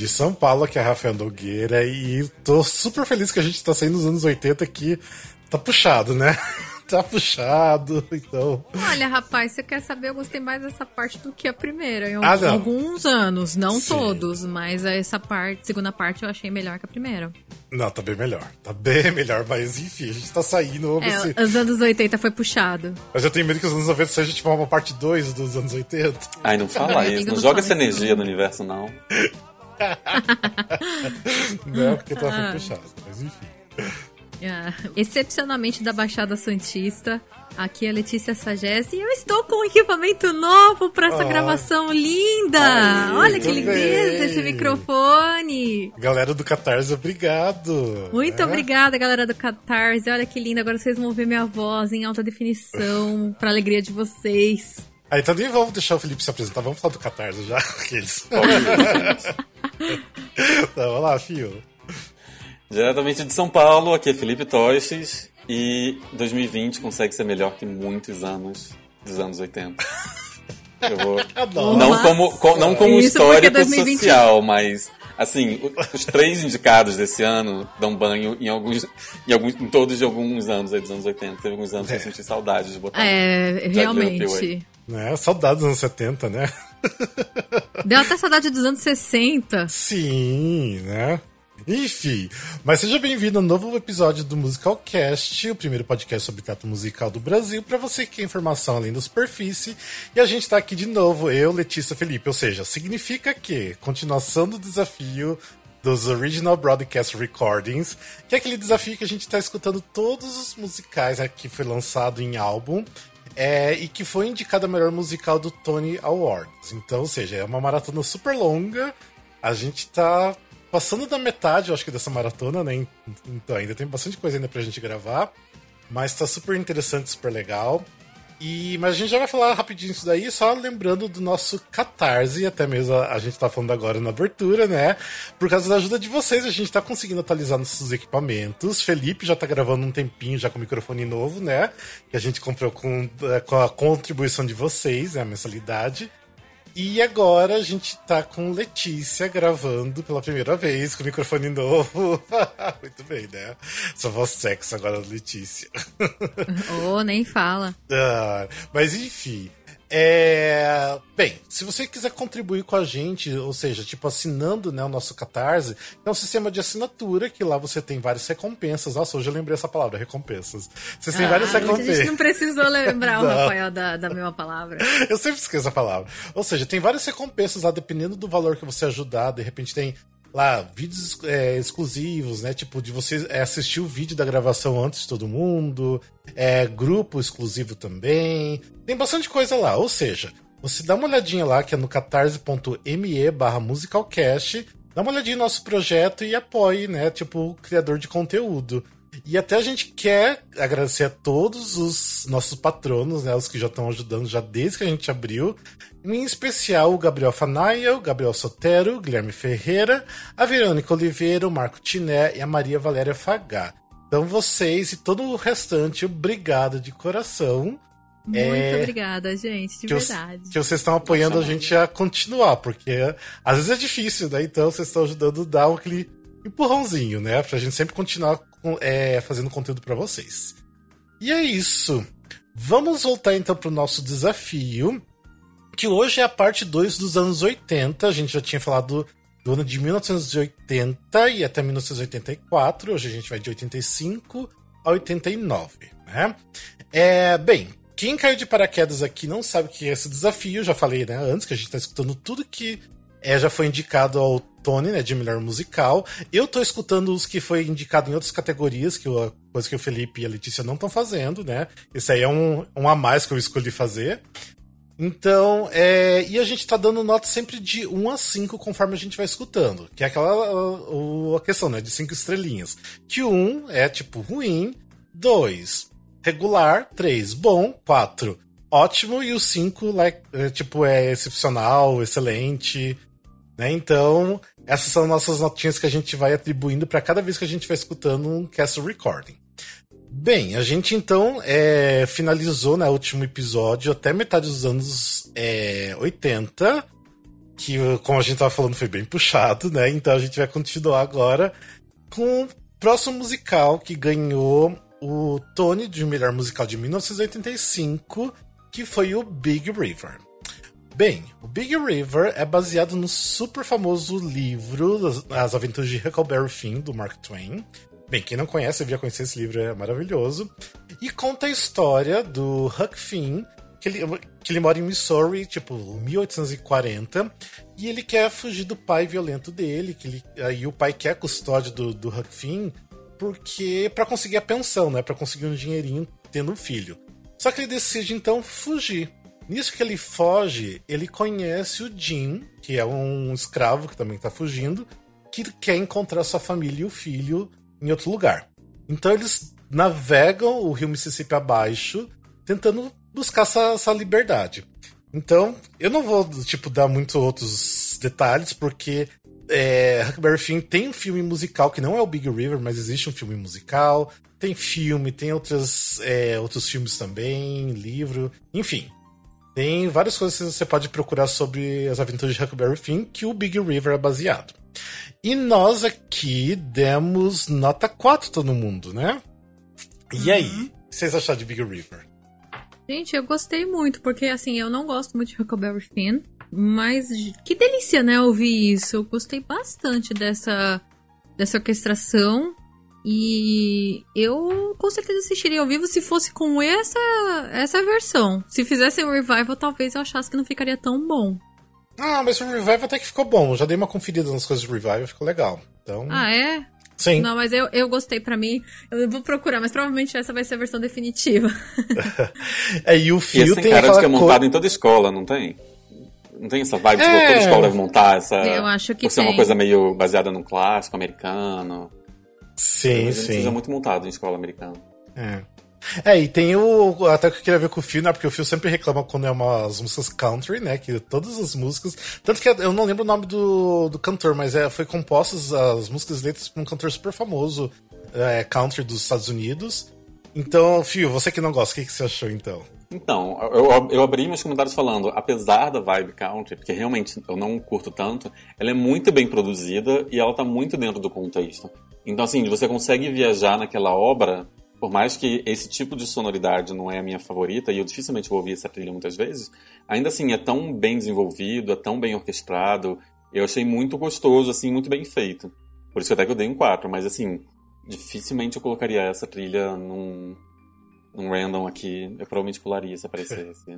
De São Paulo, que é a Rafael Nogueira, e tô super feliz que a gente tá saindo nos anos 80 aqui. Tá puxado, né? Tá puxado, então... Olha, rapaz, você quer saber? Eu gostei mais dessa parte do que a primeira. Em alguns anos, não todos, mas essa parte, segunda parte, eu achei melhor que a primeira. Não, tá bem melhor. Tá bem melhor, mas enfim, a gente tá saindo... Os anos 80 foi puxado. Mas eu tenho medo que os anos 90 seja tipo uma parte 2 dos anos 80. Ai, não fala isso, não joga essa energia no universo, não. Não, porque tá muito puxado, mas enfim... Excepcionalmente da Baixada Santista, aqui é a Letícia Sagesse e eu estou com um equipamento novo para essa gravação linda. Olha que lindeza esse microfone. Galera do Catarse, obrigado. Muito obrigada, galera do Catarse. Olha que lindo, agora vocês vão ver minha voz em alta definição para alegria de vocês. Então nem vamos deixar o Felipe se apresentar, vamos falar do Catarse já. Aqueles. Então, vamos lá, Fio. Diretamente de São Paulo, aqui é Felipe Toches e 2020 consegue ser melhor que muitos anos dos anos 80. Eu vou... não como histórico social, mas assim, os 3 indicados desse ano dão banho em todos de alguns anos aí dos anos 80. Teve alguns anos que eu senti saudade de botar. Realmente. Saudade dos anos 70, né? Deu até saudade dos anos 60. Sim, né? Enfim, mas seja bem-vindo ao novo episódio do Musicalcast, o primeiro podcast sobre teatro musical do Brasil, para você que quer informação além da superfície. E a gente tá aqui de novo, eu, Letícia, Felipe, ou seja, significa que continuação do desafio dos Original Broadcast Recordings, que é aquele desafio que a gente tá escutando todos os musicais que foi lançado em álbum, e que foi indicado a melhor musical do Tony Awards. Então, ou seja, é uma maratona super longa, a gente tá passando da metade, eu acho que, dessa maratona, né? Então ainda tem bastante coisa ainda pra gente gravar. Mas tá super interessante, super legal. Mas a gente já vai falar rapidinho isso daí, só lembrando do nosso Catarse, até mesmo a gente tá falando agora na abertura, né? Por causa da ajuda de vocês, a gente tá conseguindo atualizar nossos equipamentos. Felipe já tá gravando um tempinho já com o microfone novo, né? Que a gente comprou com a contribuição de vocês, né? A mensalidade. E agora a gente tá com Letícia gravando pela primeira vez com o microfone novo. Muito bem, né? Só voz sexy agora, Letícia. Nem fala. Mas enfim. Bem, se você quiser contribuir com a gente, ou seja, tipo assinando, né, o nosso Catarse, é um sistema de assinatura que lá você tem várias recompensas. Nossa, hoje eu lembrei essa palavra, recompensas. Vocês têm várias recompensas. A gente não precisou lembrar o Rafael da mesma palavra. Eu sempre esqueço a palavra. Ou seja, tem várias recompensas lá, dependendo do valor que você ajudar. De repente tem lá vídeos exclusivos, né? Tipo, de você assistir o vídeo da gravação antes de todo mundo. Grupo exclusivo também. Tem bastante coisa lá. Ou seja, você dá uma olhadinha lá, que é no catarse.me/musicalcast. Dá uma olhadinha no nosso projeto e apoie, né? Tipo, o criador de conteúdo. E até a gente quer agradecer a todos os nossos patronos, né? Os que já estão ajudando já desde que a gente abriu. Em especial o Gabriel Fanaia, o Gabriel Sotero, o Guilherme Ferreira, a Verônica Oliveira, o Marco Tiné e a Maria Valéria Fagá. Então vocês e todo o restante, obrigado de coração. Muito obrigada, gente, de verdade. Que vocês estão apoiando a gente a continuar, porque às vezes é difícil, né? Então vocês estão ajudando a dar aquele empurrãozinho, né? Pra gente sempre continuar fazendo conteúdo pra vocês. E é isso. Vamos voltar então pro nosso desafio, que hoje é a parte 2 dos anos 80. A gente já tinha falado do ano de 1980 e até 1984. Hoje a gente vai de 85 a 89, né? Bem, quem caiu de paraquedas aqui não sabe o que é esse desafio. Já falei, né, antes, que a gente tá escutando tudo que já foi indicado ao Tony, né, de melhor musical. Eu tô escutando os que foi indicado em outras categorias, coisa que o Felipe e a Letícia não estão fazendo, né? Esse aí é um a mais que eu escolhi fazer. Então, e a gente tá dando nota sempre de 1 a 5 conforme a gente vai escutando. Que é a questão, né, de 5 estrelinhas. Que 1 é, tipo, ruim. 2, regular. 3, bom. 4, ótimo. E o 5, é excepcional, excelente. Né? Então, essas são nossas notinhas que a gente vai atribuindo para cada vez que a gente vai escutando um cast recording. Bem, a gente então finalizou, né, o último episódio até metade dos anos 80. que, como a gente tava falando, foi bem puxado, né? Então a gente vai continuar agora com o próximo musical que ganhou o Tony de melhor musical de 1985, que foi o Big River. Bem, o Big River é baseado no super famoso livro As Aventuras de Huckleberry Finn, do Mark Twain. Bem, quem não conhece, devia conhecer esse livro, é maravilhoso. E conta a história do Huck Finn, que ele mora em Missouri, tipo, 1840, e ele quer fugir do pai violento dele, aí o pai quer a custódia do Huck Finn, porque para conseguir a pensão, né, para conseguir um dinheirinho tendo um filho. Só que ele decide então fugir. Nisso que ele foge, ele conhece o Jim, que é um escravo que também tá fugindo, que quer encontrar sua família e o filho em outro lugar. Então eles navegam o rio Mississippi abaixo, tentando buscar essa liberdade. Então, eu não vou, tipo, dar muitos outros detalhes, porque Huckleberry Finn tem um filme musical que não é o Big River, mas existe um filme musical, tem filme, tem outros filmes também, livro, enfim. Tem várias coisas que você pode procurar sobre as aventuras de Huckleberry Finn, que o Big River é baseado. E nós aqui demos nota 4 todo mundo, né? E aí, o que vocês acharam de Big River? Gente, eu gostei muito, porque assim, eu não gosto muito de Huckleberry Finn, mas que delícia, né, ouvir isso. Eu gostei bastante dessa orquestração e eu com certeza assistiria ao vivo se fosse com essa versão. Se fizessem um revival, talvez eu achasse que não ficaria tão bom. Ah, mas o revival até que ficou bom. Eu já dei uma conferida nas coisas do revival, ficou legal. Então... Ah, é? Sim. Não, mas eu gostei, pra mim. Eu vou procurar, mas provavelmente essa vai ser a versão definitiva. E o fio tem cara de que é montado em toda escola, não tem? Não tem essa vibe de que toda escola deve montar essa... Eu acho que por ser uma coisa meio baseada num clássico americano. Sim, sim. Precisa muito montado em escola americana. E tem até que eu queria ver com o Phil, né? Porque o Phil sempre reclama quando é umas músicas country, né? Que todas as músicas. Tanto que eu não lembro o nome do cantor, mas foi compostas as músicas e letras por um cantor super famoso, country dos Estados Unidos. Então, Phil, você que não gosta, o que você achou então? Então, eu abri meus comentários falando, apesar da vibe country, porque realmente eu não curto tanto, ela é muito bem produzida e ela tá muito dentro do contexto. Então, assim, você consegue viajar naquela obra. Por mais que esse tipo de sonoridade não é a minha favorita, e eu dificilmente vou ouvir essa trilha muitas vezes, ainda assim é tão bem desenvolvido, é tão bem orquestrado, eu achei muito gostoso, assim, muito bem feito. Por isso até que eu dei um 4, mas assim, dificilmente eu colocaria essa trilha num random aqui, eu provavelmente pularia se aparecesse.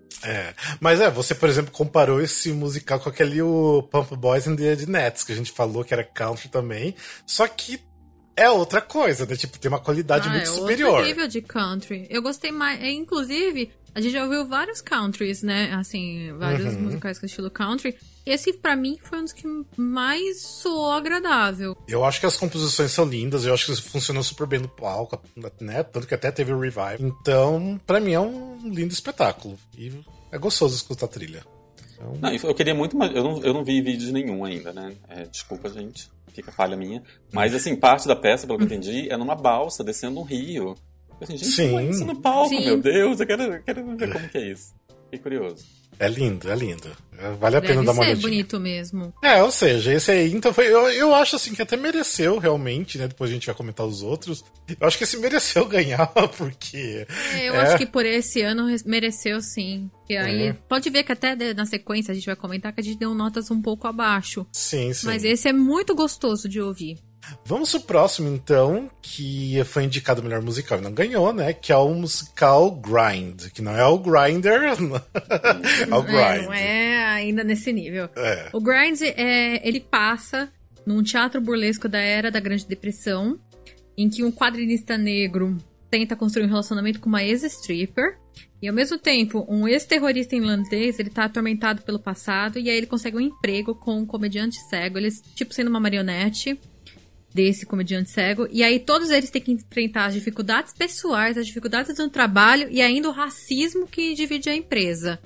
Mas você, por exemplo, comparou esse musical com aquele o Pump Boys and the Nets, que a gente falou que era country também, só que é outra coisa, né? Tipo, tem uma qualidade muito superior. É outro nível de country. Eu gostei mais... Inclusive, a gente já ouviu vários countries, né? Assim, vários musicais com estilo country. E esse, pra mim, foi um dos que mais soou agradável. Eu acho que as composições são lindas. Eu acho que funcionou super bem no palco, né? Tanto que até teve o revival. Então, pra mim, é um lindo espetáculo. E é gostoso escutar a trilha. Então... Não, eu queria muito mais... Eu não vi vídeo nenhum ainda, né? Desculpa, gente. Fica falha minha. Mas, assim, parte da peça, pelo que eu entendi, é numa balsa, descendo um rio. Eu assim, gente, como é isso no palco, meu Deus? Eu quero ver como que é isso. Fiquei curioso. É lindo, é lindo. Vale a pena dar uma olhadinha. É bonito mesmo. Ou seja, esse aí, então foi... Eu acho, assim, que até mereceu, realmente, né? Depois a gente vai comentar os outros. Eu acho que esse mereceu ganhar, porque... Eu acho que por esse ano mereceu, sim. E aí, pode ver que até na sequência a gente vai comentar que a gente deu notas um pouco abaixo. Sim. Mas esse é muito gostoso de ouvir. Vamos pro próximo, então, que foi indicado o melhor musical e não ganhou, né? Que é o musical Grind, que não é o Grindr, é o Grind. Não é ainda nesse nível. O Grind, ele passa num teatro burlesco da era da Grande Depressão, em que um quadrinista negro tenta construir um relacionamento com uma ex-stripper, e ao mesmo tempo, um ex-terrorista irlandês, ele tá atormentado pelo passado, e aí ele consegue um emprego com um comediante cego, eles, tipo, sendo uma marionete desse comediante cego, e aí todos eles têm que enfrentar as dificuldades pessoais, as dificuldades do trabalho e ainda o racismo que divide a empresa.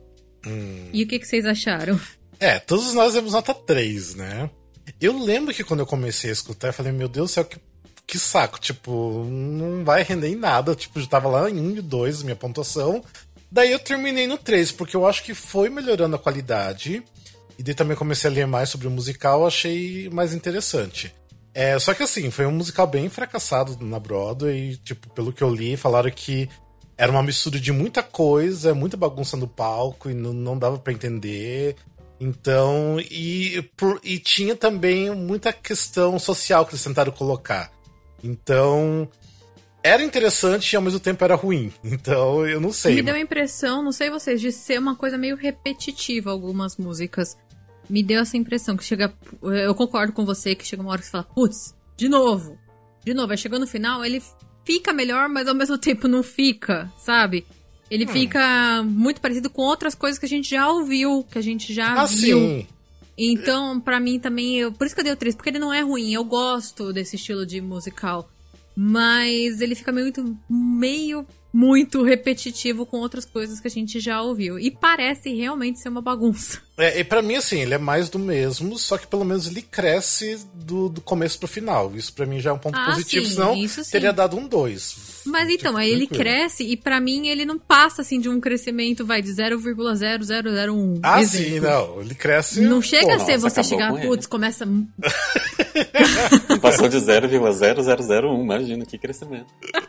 E o que vocês acharam? Todos nós demos nota 3, né? Eu lembro que quando eu comecei a escutar, eu falei, meu Deus do céu, que saco, tipo, não vai render em nada, tipo, já tava lá em 1 e 2 minha pontuação, daí eu terminei no 3, porque eu acho que foi melhorando a qualidade, E daí também comecei a ler mais sobre o musical, achei mais interessante. Só que assim, foi um musical bem fracassado na Broadway, tipo, pelo que eu li, falaram que era uma mistura de muita coisa, muita bagunça no palco e não dava pra entender. Então, e tinha também muita questão social que eles tentaram colocar. Então, era interessante e ao mesmo tempo era ruim. Então, eu não sei. Me deu a impressão, não sei vocês, de ser uma coisa meio repetitiva algumas músicas. Me deu essa impressão que chega... Eu concordo com você que chega uma hora que você fala, putz, de novo. Aí chegou no final, ele fica melhor, mas ao mesmo tempo não fica, sabe? Ele fica muito parecido com outras coisas que a gente já ouviu, que a gente já viu. Sim. Então, pra mim também... Por isso que eu dei o 3, porque ele não é ruim. Eu gosto desse estilo de musical. Mas ele fica muito repetitivo com outras coisas que a gente já ouviu. E parece realmente ser uma bagunça. E pra mim, assim, ele é mais do mesmo, só que pelo menos ele cresce do começo pro final. Isso pra mim já é um ponto positivo, sim, senão teria dado um 2. Mas então, aí ele cresce e pra mim ele não passa assim de um crescimento, de 0,0001. Sim, não. Ele cresce... Não chega a ser você chegar, putz, começa... Passou de 0,0001, imagina que crescimento.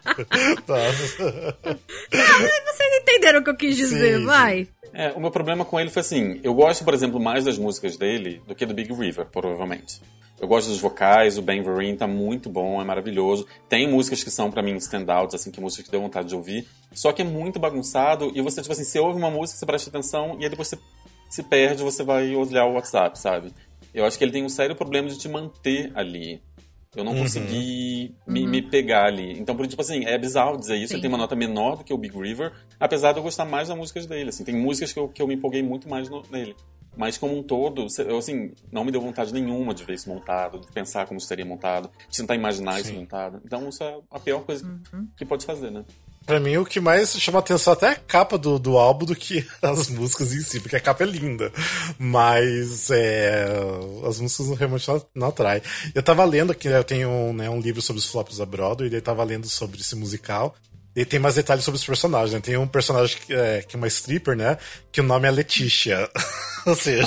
Vocês entenderam o que eu quis dizer, sim, vai. O meu problema com ele foi assim, eu gosto, por exemplo, mais das músicas dele do que do Big River, provavelmente. Eu gosto dos vocais, o Ben Vereen tá muito bom, é maravilhoso. Tem músicas que são, pra mim, standouts, assim, que músicas que deu vontade de ouvir. Só que é muito bagunçado e você, tipo assim, você ouve uma música, você presta atenção e aí depois você se perde, você vai olhar o WhatsApp, sabe? Eu acho que ele tem um sério problema de te manter ali. Eu não consegui me pegar ali. Então, tipo assim, é bizarro dizer isso. Sim. Ele tem uma nota menor do que o Big River, apesar de eu gostar mais das músicas dele. Assim, tem músicas que eu me empolguei muito mais nele. Mas, como um todo, eu, assim, não me deu vontade nenhuma de ver isso montado, de pensar como isso seria montado, de tentar imaginar isso montado. Então, isso é a pior coisa que pode fazer, né? Pra mim, o que mais chama atenção até é a capa do álbum do que as músicas em si, porque a capa é linda. Mas as músicas realmente não atraem. Eu tava lendo aqui, eu tenho um livro sobre os flops da Broadway, e daí tava lendo sobre esse musical. E tem mais detalhes sobre os personagens, né? Tem um personagem que é uma stripper, né? Que o nome é Letícia. Ou seja...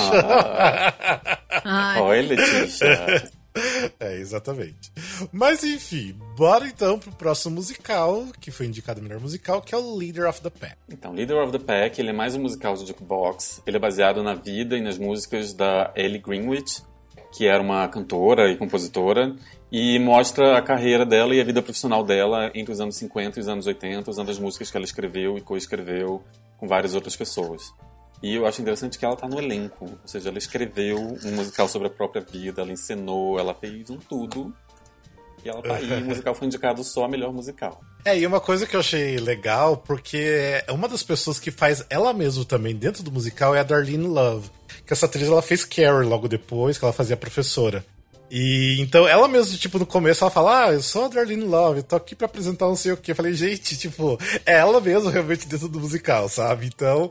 Oi, Letícia. Exatamente. Mas enfim, bora então pro próximo musical, que foi indicado o melhor musical, que é o Leader of the Pack. Então, Leader of the Pack, ele é mais um musical de jukebox. Ele é baseado na vida e nas músicas da Ellie Greenwich, que era uma cantora e compositora, e mostra a carreira dela e a vida profissional dela entre os anos 50 e os anos 80, usando as músicas que ela escreveu e coescreveu com várias outras pessoas. E eu acho interessante que ela tá no elenco, ou seja, ela escreveu um musical sobre a própria vida, ela encenou, ela fez um tudo, e ela tá aí, o musical foi indicado só a melhor musical. E uma coisa que eu achei legal, porque uma das pessoas que faz ela mesma também dentro do musical é a Darlene Love, que essa atriz ela fez Carrie logo depois, que ela fazia professora. E então ela mesmo, tipo, no começo ela fala, eu sou a Darlene Love, eu tô aqui pra apresentar não sei o que. Eu falei, gente, tipo, é ela mesmo realmente dentro do musical, sabe? Então,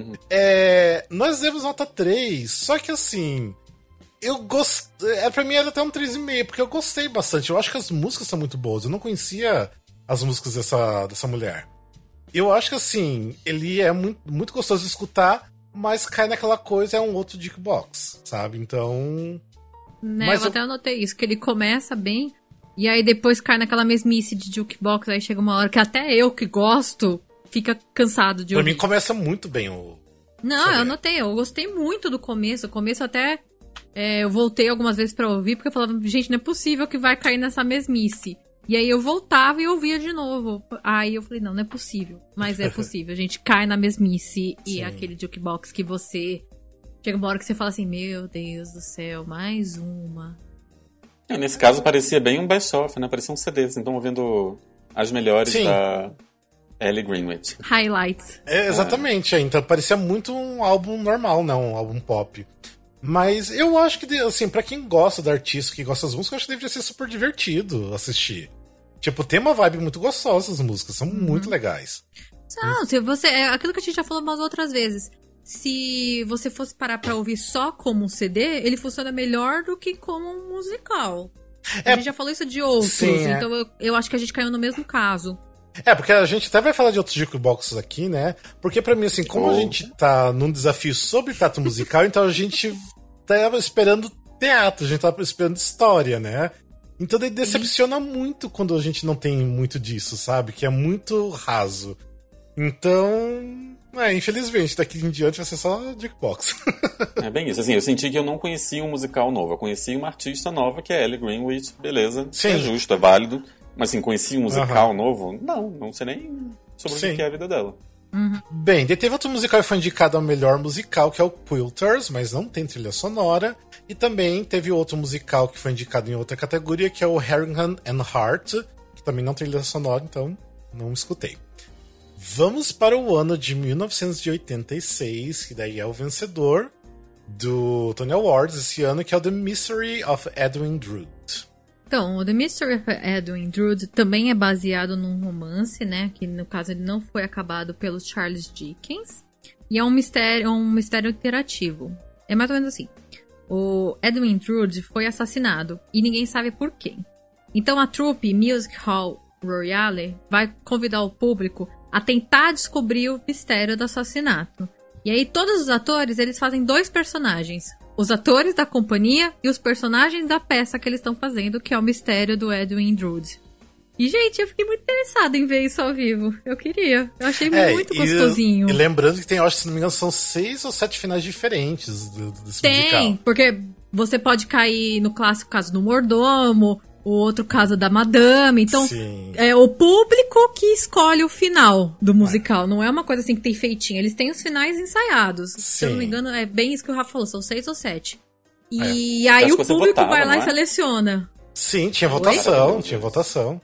nós demos nota 3, só que assim, eu gostei, pra mim era até um 3,5, porque eu gostei bastante, eu acho que as músicas são muito boas, eu não conhecia as músicas dessa mulher. Eu acho que assim, ele é muito, muito gostoso de escutar, mas cai naquela coisa, é um outro jukebox, sabe? Então... eu até anotei isso, que ele começa bem, e aí depois cai naquela mesmice de jukebox, aí chega uma hora que até eu que gosto, fica cansado de ouvir. Pra mim começa muito bem o... Não, eu anotei, eu gostei muito do começo, o começo até eu voltei algumas vezes pra ouvir, porque eu falava, gente, não é possível que vai cair nessa mesmice. E aí eu voltava e ouvia de novo. Aí eu falei, não é possível, mas é possível, a gente cai na mesmice, e aquele jukebox que você... Chega uma hora que você fala assim, meu Deus do céu, mais uma. Nesse caso parecia bem um best-of, né? Parecia um CD, assim, então ouvindo as melhores da Ellie Greenwich. Highlights. Exatamente, então parecia muito um álbum normal, não um álbum pop. Mas eu acho que, assim, pra quem gosta da artista, que gosta das músicas, eu acho que deveria ser super divertido assistir. Tipo, tem uma vibe muito gostosa as músicas, são muito legais. Não, se você, aquilo que a gente já falou umas outras vezes. Se você fosse parar pra ouvir só como um CD, ele funciona melhor do que como um musical. A gente já falou isso de outros, então eu acho que a gente caiu no mesmo caso. Porque a gente até vai falar de outros jukeboxes aqui, né? Porque pra mim, assim, como a gente tá num desafio sobre teatro musical, então a gente tava esperando teatro, a gente tava esperando história, né? Então daí decepciona muito quando a gente não tem muito disso, sabe? Que é muito raso. Então, infelizmente, daqui em diante vai ser só Jukebox. É bem isso, assim, eu senti que eu não conhecia um musical novo, eu conheci uma artista nova, que é Ellie Greenwich, beleza, sim. É justo, é válido, mas assim, conheci um musical novo? Não sei nem sobre o que é a vida dela. Uhum. Bem, daí teve outro musical que foi indicado ao melhor musical, que é o Quilters, mas não tem trilha sonora. E também teve outro musical que foi indicado em outra categoria, que é o Harrington and Hart, que também não tem trilha sonora, então não escutei. Vamos para o ano de 1986, que daí é o vencedor do Tony Awards esse ano, que é o The Mystery of Edwin Drood. Então, o The Mystery of Edwin Drood também é baseado num romance, né? Que no caso ele não foi acabado pelo Charles Dickens. E é um mistério interativo. É mais ou menos assim. O Edwin Drood foi assassinado e ninguém sabe por quem. Então a troupe Music Hall Royale vai convidar o público a tentar descobrir o mistério do assassinato. E aí todos os atores, eles fazem 2 personagens. Os atores da companhia e os personagens da peça que eles estão fazendo, que é o mistério do Edwin Drood. E, gente, eu fiquei muito interessada em ver isso ao vivo. Eu queria. Eu achei muito gostosinho. E lembrando que tem, eu acho que se não me engano, são 6 ou 7 finais diferentes desse musical. Tem, porque você pode cair no clássico caso do mordomo, o outro caso da madame. Então, é o público que escolhe o final do musical. Não é uma coisa assim que tem feitinho. Eles têm os finais ensaiados. Sim. Se eu não me engano, é bem isso que o Rafa falou. São 6 ou 7. E aí o público vai lá e seleciona. Sim, tinha votação. Tinha votação.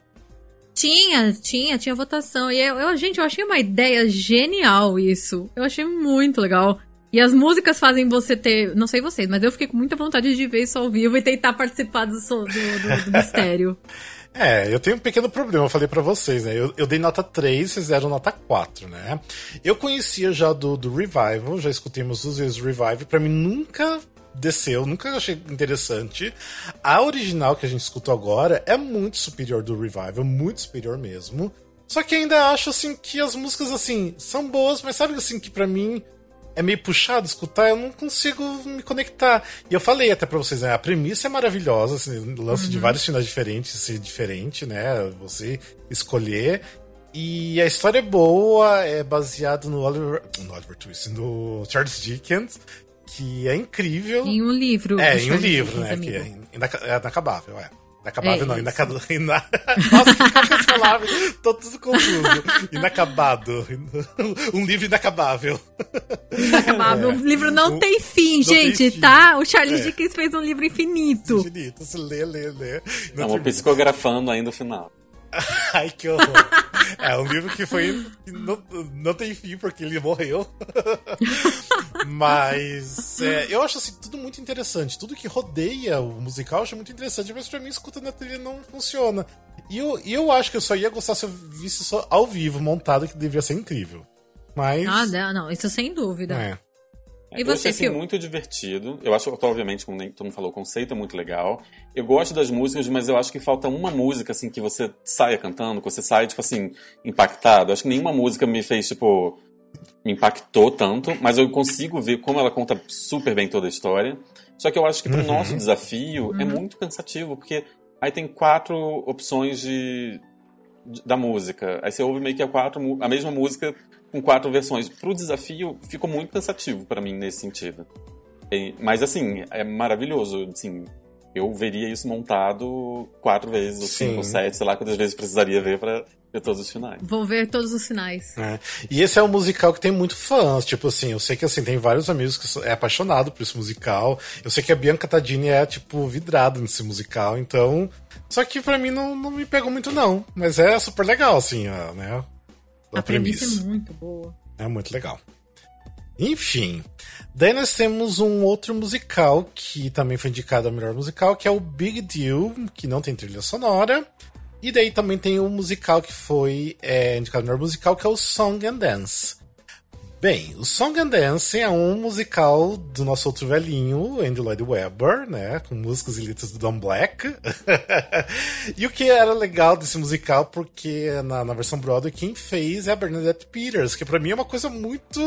Tinha votação. E eu achei uma ideia genial isso. Eu achei muito legal. E as músicas fazem você ter... Não sei vocês, mas eu fiquei com muita vontade de ver isso ao vivo e tentar participar do mistério. Eu tenho um pequeno problema, eu falei pra vocês, né? Eu dei nota 3, vocês deram nota 4, né? Eu conhecia já do Revival, já escutemos 2 vezes o Revival, pra mim nunca desceu, nunca achei interessante. A original que a gente escutou agora é muito superior do Revival, muito superior mesmo. Só que ainda acho, assim, que as músicas, assim, são boas, mas sabe, assim, que pra mim é meio puxado escutar, eu não consigo me conectar. E eu falei até pra vocês, né, a premissa é maravilhosa, assim, o lance de vários finais diferentes, ser diferente, né, você escolher. E a história é boa, é baseado no Oliver Twist, no Charles Dickens, que é incrível. Em um livro. Em um livro, né, que é inacabável, Inacabável não, Nossa, que essa palavra? Tô tudo confuso. Inacabado. Um livro inacabável. Inacabável. O livro não tem fim, gente, tem fim. Tá? O Charles Dickens fez um livro infinito. Infinito, se lê. Estamos psicografando ainda o final. Ai, que horror. É um livro que foi... Não tem fim, porque ele morreu. Mas eu acho assim, tudo muito interessante. Tudo que rodeia o musical eu acho muito interessante. Mas pra mim, escutando a trilha não funciona. E eu acho que eu só ia gostar se eu visse só ao vivo, montado, que deveria ser incrível. Mas... não, isso sem dúvida. E você, achei muito divertido. Eu acho que, obviamente, como todo mundo falou, o conceito é muito legal. Eu gosto das músicas, mas eu acho que falta uma música, assim, que você saia cantando, que você saia, tipo assim, impactado. Eu acho que nenhuma música me fez, tipo, me impactou tanto, mas eu consigo ver como ela conta super bem toda a históa. Só que eu acho que pro nosso desafio é muito cansativo, porque aí tem 4 opções da música. Aí você ouve meio que a mesma música com 4 versões. Pro desafio, ficou muito cansativo pra mim nesse sentido. Mas, assim, é maravilhoso. Assim, eu veria isso montado 4 vezes, ou 5, 7, sei lá quantas vezes precisaria ver pra ver todos os finais. Vou ver todos os finais. E esse é um musical que tem muito fãs. Tipo assim, eu sei que assim, tem vários amigos que é apaixonado por esse musical. Eu sei que a Bianca Tadini é, tipo, vidrada nesse musical. Então... Só que pra mim não me pegou muito, não. Mas é super legal, assim, né? A premissa é muito boa. É muito legal. Enfim. Daí nós temos um outro musical que também foi indicado a melhor musical, que é o Big Deal, que não tem trilha sonora. E daí também tem um musical que foi indicado a melhor musical, que é o Song and Dance. Bem, o Song and Dance é um musical do nosso outro velhinho, Andrew Lloyd Webber, né? Com músicas e letras do Don Black. E o que era legal desse musical, porque na versão Broadway, quem fez é a Bernadette Peters, que pra mim é uma coisa muito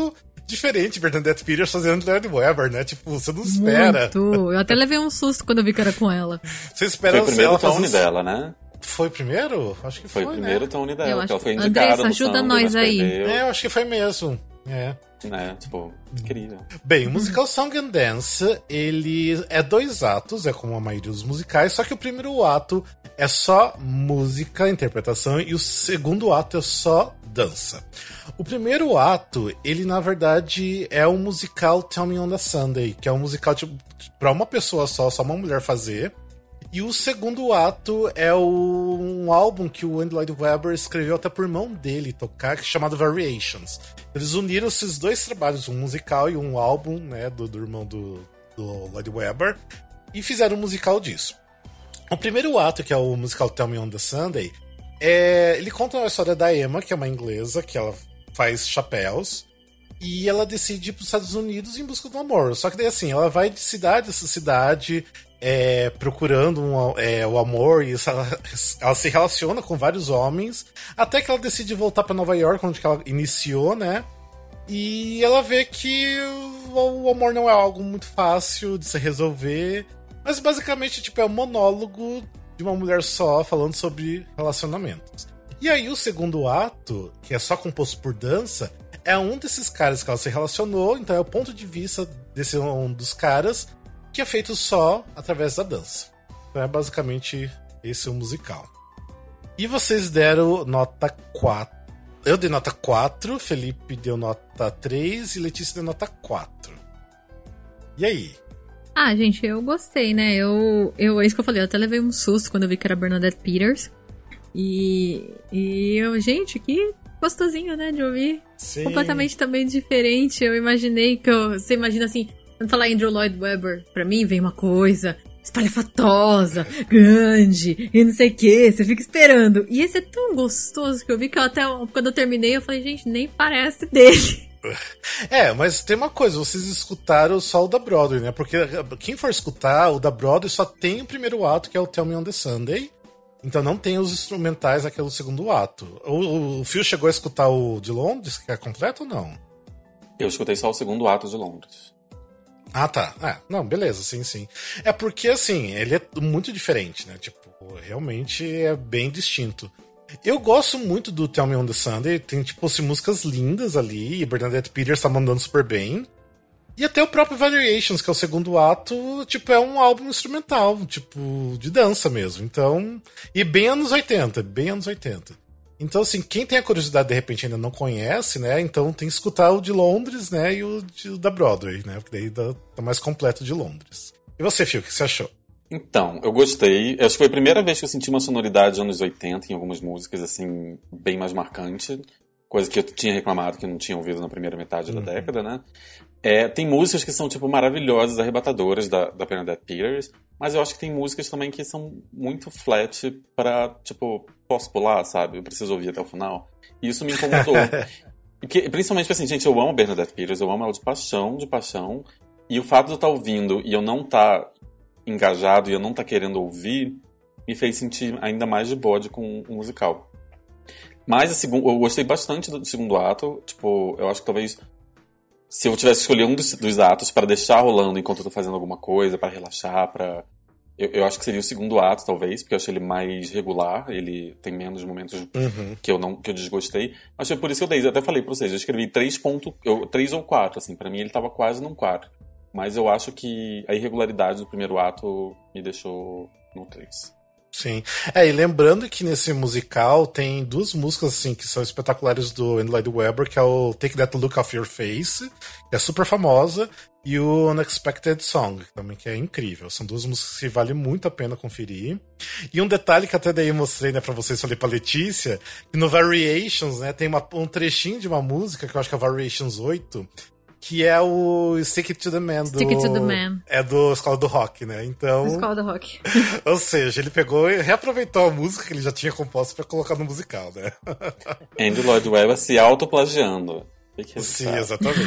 diferente Bernadette Peters fazendo Lloyd Webber, né? Tipo, você não espera. Muito. Eu até levei um susto quando eu vi que era com ela. Você espera Foi o primeiro tone dela, né? Foi o primeiro? Acho que foi, o primeiro tone dela, que ela foi indicada. Andressa, ajuda nós aí. Eu acho que foi mesmo. Tipo, incrível. Bem, o musical Song and Dance, ele é 2 atos, é como a maioria dos musicais, só que o primeiro ato é só música, interpretação, e o segundo ato é só dança. O primeiro ato, ele na verdade é um musical Tell Me on the Sunday, que é um musical tipo, pra uma pessoa só uma mulher fazer. E o segundo ato é um álbum que o Andrew Lloyd Webber escreveu até por irmão dele tocar, chamado Variations. Eles uniram esses 2 trabalhos, um musical e um álbum, né, do irmão do Lloyd Webber, e fizeram um musical disso. O primeiro ato, que é o musical Tell Me on the Sunday, ele conta a história da Emma, que é uma inglesa, que ela faz chapéus, e ela decide ir para os Estados Unidos em busca do amor. Só que daí assim, ela vai de cidade a cidade, procurando o amor, e ela se relaciona com vários homens, até que ela decide voltar para Nova York, onde ela iniciou, né? E ela vê que o amor não é algo muito fácil de se resolver, mas basicamente tipo, é um monólogo de uma mulher só falando sobre relacionamentos. E aí o segundo ato, que é só composto por dança, é um desses caras que ela se relacionou, então é o ponto de vista desse um dos caras, que é feito só através da dança. Então é basicamente esse o musical. E vocês deram nota 4. Eu dei nota 4, Felipe deu nota 3 e Letícia deu nota 4. E aí? Ah, gente, eu gostei, né? É isso que eu falei, eu até levei um susto quando eu vi que era Bernadette Peters. E gente, que gostosinho, né, de ouvir. Sim. Completamente também diferente. Eu imaginei que você imagina assim, quando falar Andrew Lloyd Webber, pra mim vem uma coisa espalhafatosa, grande, e não sei o que, você fica esperando. E esse é tão gostoso que eu vi que eu até, quando eu terminei, eu falei, gente, nem parece dele. Mas tem uma coisa, vocês escutaram só o da Broadway, né? Porque quem for escutar, o da Broadway só tem o primeiro ato, que é o Tell Me on the Sunday. Então não tem os instrumentais naquele segundo ato. O Phil chegou a escutar o de Londres, que é completo ou não? Eu escutei só o segundo ato de Londres. Ah, tá. Não, beleza, sim. É porque, assim, ele é muito diferente, né? Tipo, realmente é bem distinto. Eu gosto muito do Tell Me on the Sunday. Tem, tipo, assim, músicas lindas ali. E Bernadette Peters tá mandando super bem. E até o próprio Variations, que é o segundo ato, tipo, é um álbum instrumental, tipo, de dança mesmo. Então, e bem anos 80. Então, assim, quem tem a curiosidade, de repente, ainda não conhece, né? Então tem que escutar o de Londres, né? E o da Broadway, né? Porque daí tá mais completo de Londres. E você, Phil, o que você achou? Então, eu gostei. Acho que foi a primeira vez que eu senti uma sonoridade de anos 80 em algumas músicas, assim, bem mais marcante. Coisa que eu tinha reclamado que eu não tinha ouvido na primeira metade da década, né? Tem músicas que são, tipo, maravilhosas, arrebatadoras da Bernadette Peters, mas eu acho que tem músicas também que são muito flat pra, tipo, posso pular, sabe? Eu preciso ouvir até o final. E isso me incomodou. Principalmente porque, assim, gente, eu amo a Bernadette Peters, eu amo ela de paixão, e o fato de eu estar ouvindo e eu não estar engajado e eu não estar querendo ouvir, me fez sentir ainda mais de bode com o musical. Mas eu gostei bastante do segundo ato, tipo, eu acho que talvez se eu tivesse escolhido um dos atos para deixar rolando enquanto eu tô fazendo alguma coisa, para relaxar, eu acho que seria o segundo ato, talvez, porque eu acho ele mais regular, ele tem menos momentos que eu desgostei. Mas foi por isso que eu dei, eu até falei pra vocês, eu escrevi 3 ou 4, assim, pra mim ele tava quase num 4. Mas eu acho que a irregularidade do primeiro ato me deixou no 3. Sim. E lembrando que nesse musical tem 2 músicas assim que são espetaculares do Andrew Lloyd Webber, que é o Take That Look Off Your Face, que é super famosa, e o Unexpected Song, também que é incrível. São 2 músicas que vale muito a pena conferir. E um detalhe que até daí eu mostrei, né, pra vocês, falei pra Letícia, que no Variations, né, tem um trechinho de uma música, que eu acho que é Variations 8, que é o Stick It to the Man. Stick It to the Man. É do Escola do Rock, né? Então... Escola do Rock. Ou seja, ele pegou e reaproveitou a música que ele já tinha composto pra colocar no musical, né? Andrew Lloyd Webber se autoplagiando. Sim, exatamente.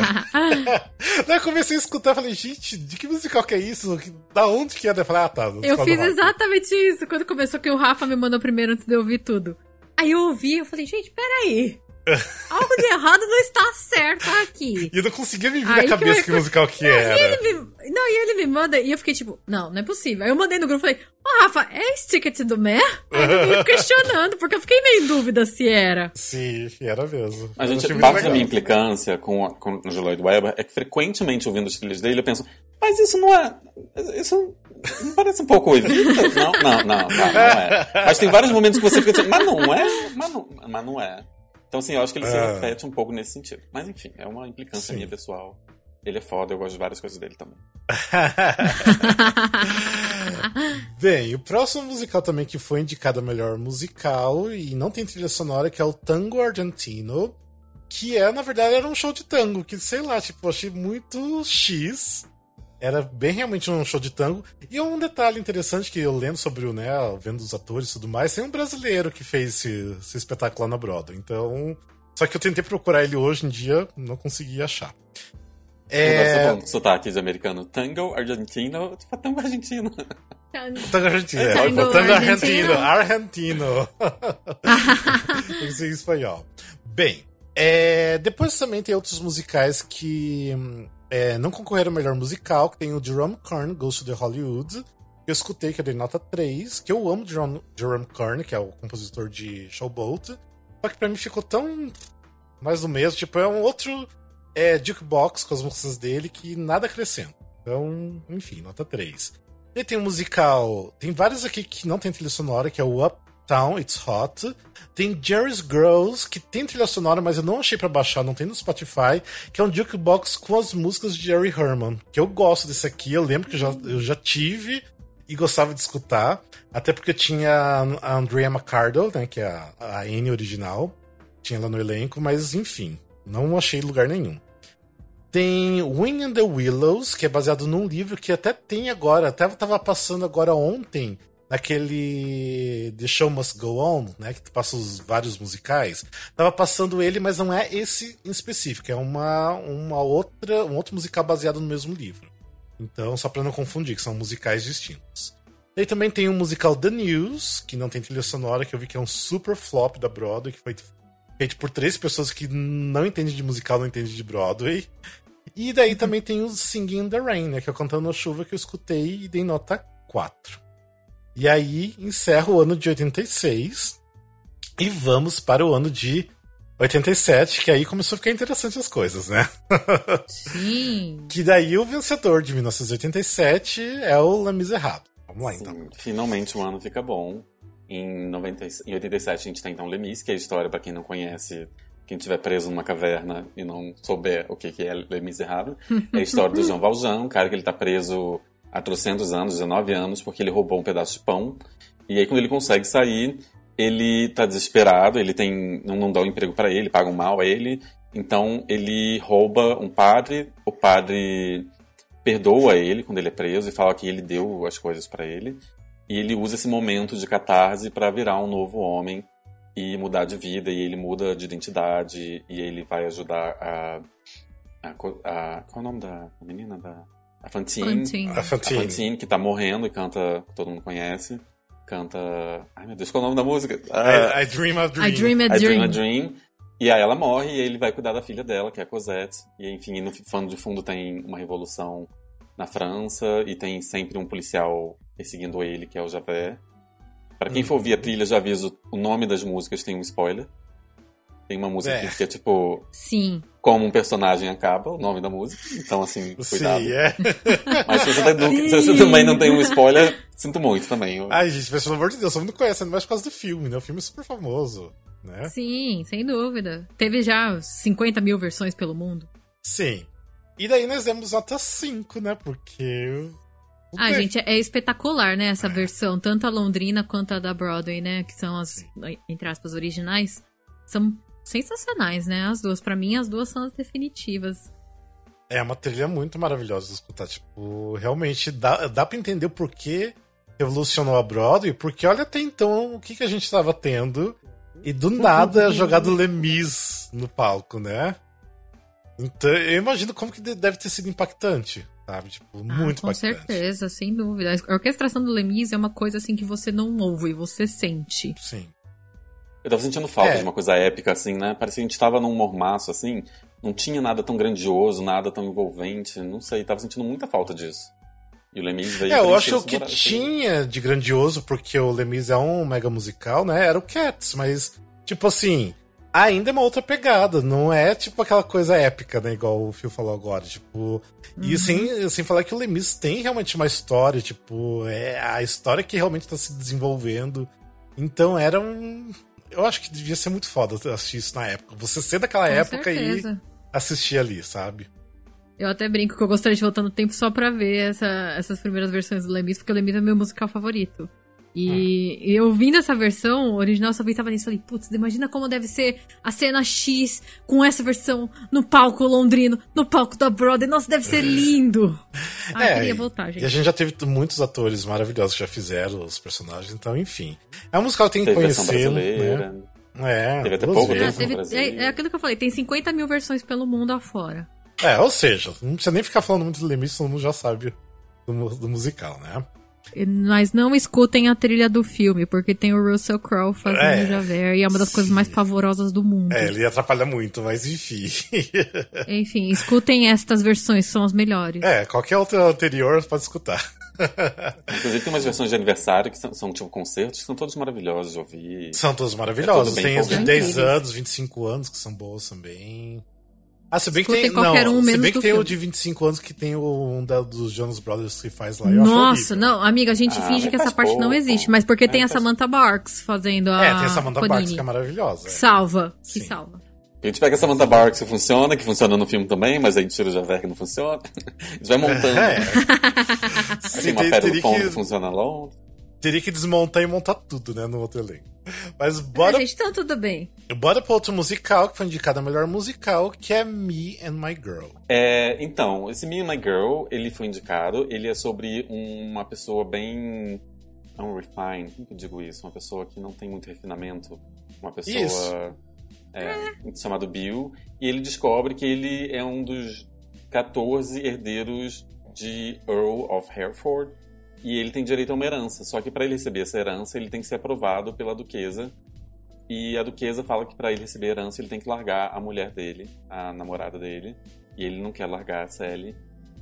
Daí eu comecei a escutar e falei, gente, de que musical que é isso? Da onde que é? Daí eu falei, tá. Eu fiz exatamente isso. Quando começou que o Rafa me mandou primeiro antes de eu ouvir tudo. Aí eu ouvi, eu falei, gente, peraí. algo de errado não está certo aqui. E eu não conseguia me vir na cabeça que musical que era. E ele me manda, e eu fiquei tipo, não é possível. Aí eu mandei no grupo e falei, Rafa, é esse Ticket do Man? Aí ele me questionando, porque eu fiquei meio em dúvida se era. Sim, era mesmo. A gente, parte da minha implicância com o G. Lloyd Webber é que frequentemente ouvindo os trilhos dele eu penso, mas isso não é... Isso não parece um pouco Evita? Não é. Mas tem vários momentos que você fica tipo, mas não é. Então, assim, eu acho que ele se repete um pouco nesse sentido. Mas, enfim, é uma implicância minha pessoal. Ele é foda, eu gosto de várias coisas dele também. Bem, o próximo musical também que foi indicado a melhor musical e não tem trilha sonora, que é o Tango Argentino, que na verdade, era um show de tango, que, sei lá, tipo, eu achei muito X. Era bem realmente um show de tango. E um detalhe interessante que eu lendo sobre o, vendo os atores e tudo mais, tem um brasileiro que fez esse espetáculo lá na Broadway. Então, só que eu tentei procurar ele hoje em dia, não consegui achar. Sotaque de americano. Tango argentino. Tipo, tango argentino. Tango argentino. Tango argentino. Argentino. Tem que ser em espanhol. Bem, depois também tem outros musicais que não concorreram ao melhor musical, que tem o Jerome Kern, Ghost of the Hollywood, que eu escutei, que eu dei nota 3, que eu amo Jerome Kern, que é o compositor de Showboat, só que pra mim ficou tão mais do mesmo, tipo, é um outro jukebox com as músicas dele que nada acrescenta. Então, enfim, nota 3. E tem um musical, tem vários aqui que não tem trilha sonora, que é o Uptown It's Hot. Tem Jerry's Girls, que tem trilha sonora, mas eu não achei pra baixar, não tem no Spotify, que é um jukebox com as músicas de Jerry Herman, que eu gosto desse aqui, eu lembro que eu já tive e gostava de escutar, até porque tinha a Andrea McCardle, né, que é a Annie original, tinha ela no elenco, mas enfim, não achei lugar nenhum. Tem Wind in the Willows, que é baseado num livro que até tem agora, até tava passando agora ontem, naquele The Show Must Go On, né, que passa os vários musicais. Tava passando ele, mas não é esse em específico, é um outro musical baseado no mesmo livro. Então, só pra não confundir, que são musicais distintos. E também tem o musical The News, que não tem trilha sonora, que eu vi que é um super flop da Broadway, que foi feito por 3 pessoas que não entendem de musical, não entendem de Broadway. E daí também tem o Singing in the Rain, né, que é o Cantando na Chuva, que eu escutei e dei nota 4. E aí encerra o ano de 86 e vamos para o ano de 87, que aí começou a ficar interessante as coisas, né? Sim. Que daí o vencedor de 1987 é o Les Miserables. Vamos lá, então. Finalmente o ano fica bom. Em 87 a gente tem então Les Mis, que é a história, pra quem não conhece, quem estiver preso numa caverna e não souber o que é Les Miserables, é a história do Jean Valjean, um cara que ele tá preso há 300 anos, 19 anos, porque ele roubou um pedaço de pão. E aí quando ele consegue sair, ele tá desesperado, ele não dá um emprego pra ele, pagam mal a ele. Então ele rouba um padre, o padre perdoa ele quando ele é preso e fala que ele deu as coisas pra ele. E ele usa esse momento de catarse pra virar um novo homem e mudar de vida. E ele muda de identidade e ele vai ajudar qual é o nome da menina? A Fantine. A Fantine, que tá morrendo e canta, que todo mundo conhece. Canta... Ai, meu Deus, qual é o nome da música? I Dream a Dream. I Dream a I Dream. Dream a Dream. E aí ela morre e ele vai cuidar da filha dela, que é a Cosette. E enfim, no pano de fundo tem uma revolução na França e tem sempre um policial perseguindo ele, que é o Javert. Pra quem for ouvir a trilha, já aviso, o nome das músicas tem um spoiler. Tem uma música que é tipo... Sim. Como um personagem acaba, o nome da música. Então, assim, cuidado. Sim, Mas se você também não tem um spoiler, sinto muito também. Ai, gente, mas pelo amor de Deus, todo mundo conhece, mais por causa do filme, né? O filme é super famoso, né? Sim, sem dúvida. Teve já 50 mil versões pelo mundo. Sim. E daí nós demos nota 5, né? Porque... gente, é espetacular, né? Essa versão, tanto a londrina quanto a da Broadway, né? Que são as, entre aspas, originais. São sensacionais, né? As duas. Pra mim, as duas são as definitivas. É uma trilha muito maravilhosa de escutar. Tipo, realmente dá pra entender o porquê revolucionou a Broadway, porque olha até então o que a gente tava tendo e do nada jogado Les Mis no palco, né? Então, eu imagino como que deve ter sido impactante, sabe? Tipo, muito com impactante. Com certeza, sem dúvida. A orquestração do Les Mis é uma coisa assim que você não ouve, você sente. Sim. Eu tava sentindo falta de uma coisa épica, assim, né? Parecia que a gente tava num mormaço, assim. Não tinha nada tão grandioso, nada tão envolvente. Não sei, tava sentindo muita falta disso. E o Les Mis veio... eu acho que o que tinha de grandioso, porque o Les Mis é um mega musical, né? Era o Cats, mas, tipo assim... Ainda é uma outra pegada, não é tipo aquela coisa épica, né? Igual o Phil falou agora, tipo... E sem falar que o Les Mis tem realmente uma história, tipo... É a história que realmente tá se desenvolvendo. Então era um... Eu acho que devia ser muito foda assistir isso na época. Você ser daquela Com época certeza. E assistir ali, sabe? Eu até brinco que eu gostaria de voltar no tempo só pra ver essas primeiras versões do Les Mis, porque o Les Mis é meu musical favorito. E eu vindo essa versão original, só pensava nisso. Falei, putz, imagina como deve ser a cena X com essa versão no palco londrino, no palco da Broadway. Nossa, deve ser lindo. Eu queria voltar, gente. E a gente já teve muitos atores maravilhosos que já fizeram os personagens, então, enfim. É um musical que tem que conhecer, né? Teve até pouco tempo no Brasil. É aquilo que eu falei, tem 50 mil versões pelo mundo afora. Ou seja, não precisa nem ficar falando muito do Les Mis, todo mundo já sabe do musical, né? Mas não escutem a trilha do filme, porque tem o Russell Crowe fazendo Javert e é uma das coisas mais pavorosas do mundo. Ele atrapalha muito, mas enfim. Enfim, escutem estas versões, são as melhores. Qualquer outra anterior pode escutar. Inclusive tem umas versões de aniversário que são tipo concertos, que são todos maravilhosos de ouvir. São todos maravilhosos. Tem as de 10 anos, 25 anos, que são boas também. Se bem que tem, se bem que tem o de 25 anos que tem um dos Jonas Brothers que faz lá. Nossa, não, amiga, a gente finge que essa parte não existe, mas porque tem a Samantha Barks fazendo a tem a Samantha Barks que é maravilhosa. Que salva. A gente pega a Samantha Barks que funciona no filme também, mas aí tira o Javert que não funciona. A gente vai montando. Tem uma Pérola do Pão que funciona lá. Teria que desmontar e montar tudo, né, no outro elenco. Mas bora... gente, então tudo bem. Bora pro outro musical, que foi indicado a melhor musical, que é Me and My Girl. Então, esse Me and My Girl, ele foi indicado, ele é sobre uma pessoa bem unrefined, como que eu digo isso? Uma pessoa que não tem muito refinamento, uma pessoa chamado Bill, e ele descobre que ele é um dos 14 herdeiros de Earl of Hereford, e ele tem direito a uma herança, só que para ele receber essa herança, ele tem que ser aprovado pela duquesa. E a duquesa fala que para ele receber a herança, ele tem que largar a mulher dele, a namorada dele. E ele não quer largar a Sally.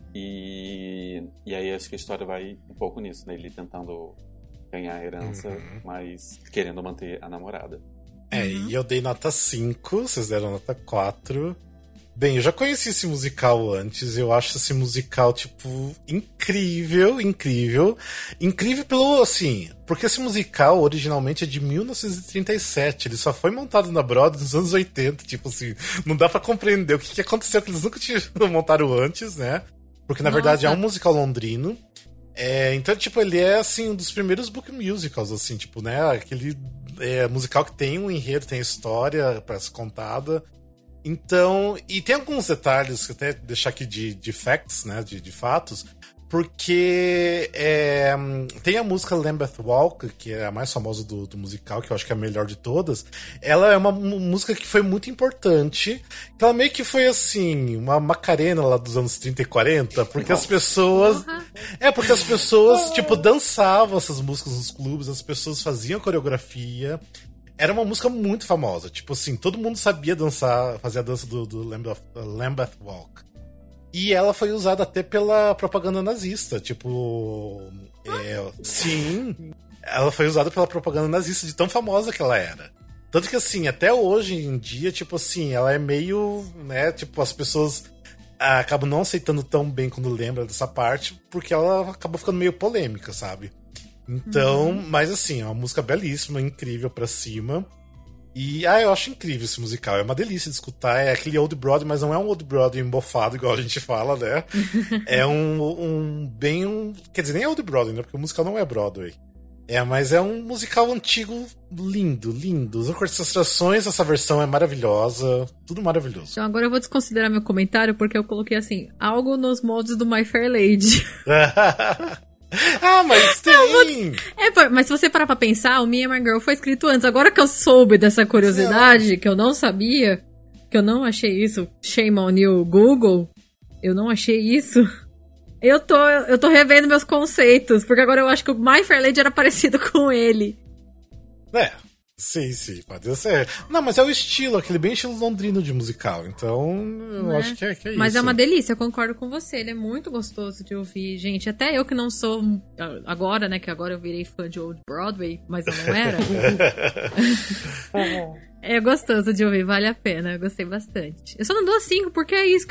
E aí acho que a história vai um pouco nisso, né? Ele tentando ganhar a herança, mas querendo manter a namorada. E eu dei nota 5, vocês deram nota 4. Bem, eu já conheci esse musical antes, eu acho esse musical, tipo, incrível. Incrível pelo, assim, porque esse musical originalmente é de 1937, ele só foi montado na Broadway nos anos 80, tipo assim, não dá pra compreender o que aconteceu, que eles nunca montaram antes, né? Porque, na verdade, é um musical londrino. Então, tipo, ele é, assim, um dos primeiros book musicals, assim, tipo, né? Aquele musical que tem um enredo, tem história pra ser contada. Então, e tem alguns detalhes que até deixar aqui de facts, né, de fatos, porque tem a música Lambeth Walk, que é a mais famosa do musical, que eu acho que é a melhor de todas. Ela é uma música que foi muito importante, que ela meio que foi assim, uma Macarena lá dos anos 30 e 40, porque as pessoas... porque as pessoas, tipo, dançavam essas músicas nos clubes, as pessoas faziam coreografia. Era uma música muito famosa. Tipo assim, todo mundo sabia dançar, fazer a dança do Lambeth Walk. E ela foi usada até pela propaganda nazista. Tipo... sim, ela foi usada pela propaganda nazista, de tão famosa que ela era. Tanto que assim, até hoje em dia, tipo assim, ela é meio... né, tipo, as pessoas acabam não aceitando tão bem quando lembram dessa parte, porque ela acabou ficando meio polêmica, sabe? Então, mas assim, é uma música belíssima, incrível pra cima. E, eu acho incrível esse musical. É uma delícia de escutar. É aquele Old Broadway, mas não é um Old Broadway embofado, igual a gente fala, né? É quer dizer, nem é Old Broadway, né? Porque o musical não é Broadway. Mas é um musical antigo lindo, lindo. As orquestrações, essa versão é maravilhosa. Tudo maravilhoso. Então agora eu vou desconsiderar meu comentário, porque eu coloquei assim, algo nos moldes do My Fair Lady. Mas tem! Mas se você parar pra pensar, o Me and My Girl foi escrito antes. Agora que eu soube dessa curiosidade, que eu não sabia, que eu não achei isso, shame on you, Google, eu não achei isso, eu tô revendo meus conceitos, porque agora eu acho que o My Fair Lady era parecido com ele. Sim, pode ser. Não, mas é o estilo, aquele bem estilo londrino de musical. Então, eu acho que é isso. Mas é uma delícia, eu concordo com você. Ele é muito gostoso de ouvir, gente. Até eu que não sou agora, né? Que agora eu virei fã de Old Broadway, mas eu não era. É gostoso de ouvir, vale a pena. Eu gostei bastante. Eu só não dou 5 porque é isso que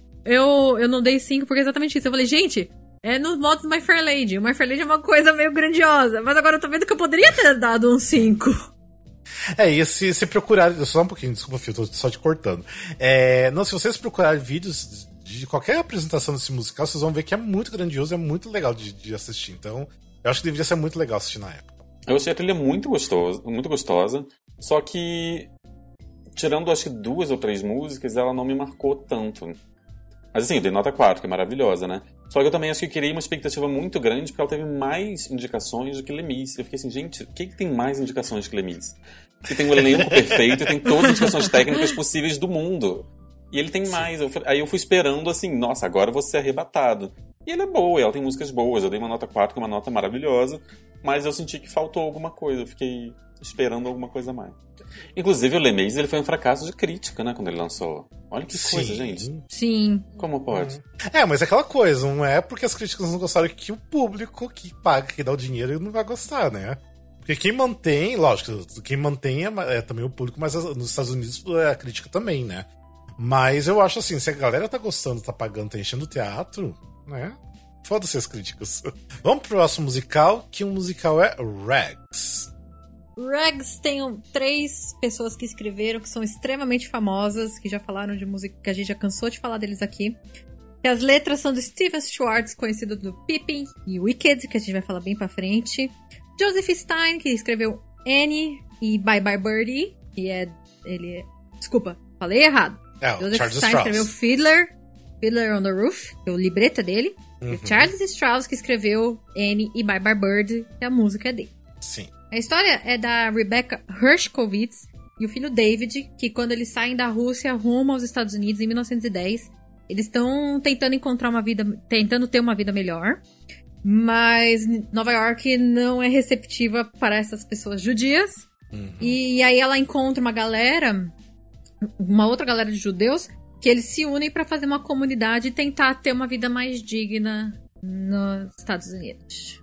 eu não dei 5 porque é exatamente isso. Eu falei, gente, é nos modos My Fair Lady. O My Fair Lady é uma coisa meio grandiosa, mas agora eu tô vendo que eu poderia ter dado um 5. E se procurarem... Só um pouquinho, desculpa, Fio, tô só te cortando. Não, se vocês procurarem vídeos de qualquer apresentação desse musical, vocês vão ver que é muito grandioso, é muito legal de assistir. Então, eu acho que deveria ser muito legal assistir na época. Eu achei a trilha muito gostosa, só que, tirando acho que 2 ou 3 músicas, ela não me marcou tanto. Mas assim, eu dei nota 4, que é maravilhosa, né? Só que eu também acho que criei uma expectativa muito grande, porque ela teve mais indicações do que Les Mis. Eu fiquei assim, gente, o que tem mais indicações que Les Mis? Que tem um elenco perfeito e tem todas as indicações técnicas possíveis do mundo. E ele tem mais. Aí eu fui esperando assim, nossa, agora eu vou ser arrebatado. E ela é boa, ela tem músicas boas. Eu dei uma nota 4, que é uma nota maravilhosa, mas eu senti que faltou alguma coisa. Eu fiquei esperando alguma coisa a mais. Inclusive, o Les Mis, ele foi um fracasso de crítica, né, quando ele lançou. Olha que coisa, gente. Sim. Como pode? Mas é aquela coisa, não é porque as críticas não gostaram que o público que paga, que dá o dinheiro, não vai gostar, né? Porque quem mantém, lógico, quem mantém é também o público, mas nos Estados Unidos é a crítica também, né? Mas eu acho assim, se a galera tá gostando, tá pagando, tá enchendo o teatro, né? Foda-se as críticas. Vamos pro próximo musical, que o musical é Rags. Rags tem 3 pessoas que escreveram, que são extremamente famosas, que já falaram de música, que a gente já cansou de falar deles aqui. E as letras são do Steven Schwartz, conhecido do Pippin e Wicked, que a gente vai falar bem pra frente. Joseph Stein, que escreveu Annie e Bye Bye Birdie, que desculpa, falei errado. Joseph Stein escreveu Fiddler on the Roof, que é o libreto dele. E o Charles Strauss, que escreveu Annie e Bye Bye Birdie, que a música é dele. Sim. A história é da Rebecca Hershkovitz e o filho David, que quando eles saem da Rússia rumo aos Estados Unidos em 1910, eles estão tentando ter uma vida melhor, mas Nova York não é receptiva para essas pessoas judias. E aí ela encontra uma outra galera de judeus, que eles se unem para fazer uma comunidade e tentar ter uma vida mais digna nos Estados Unidos.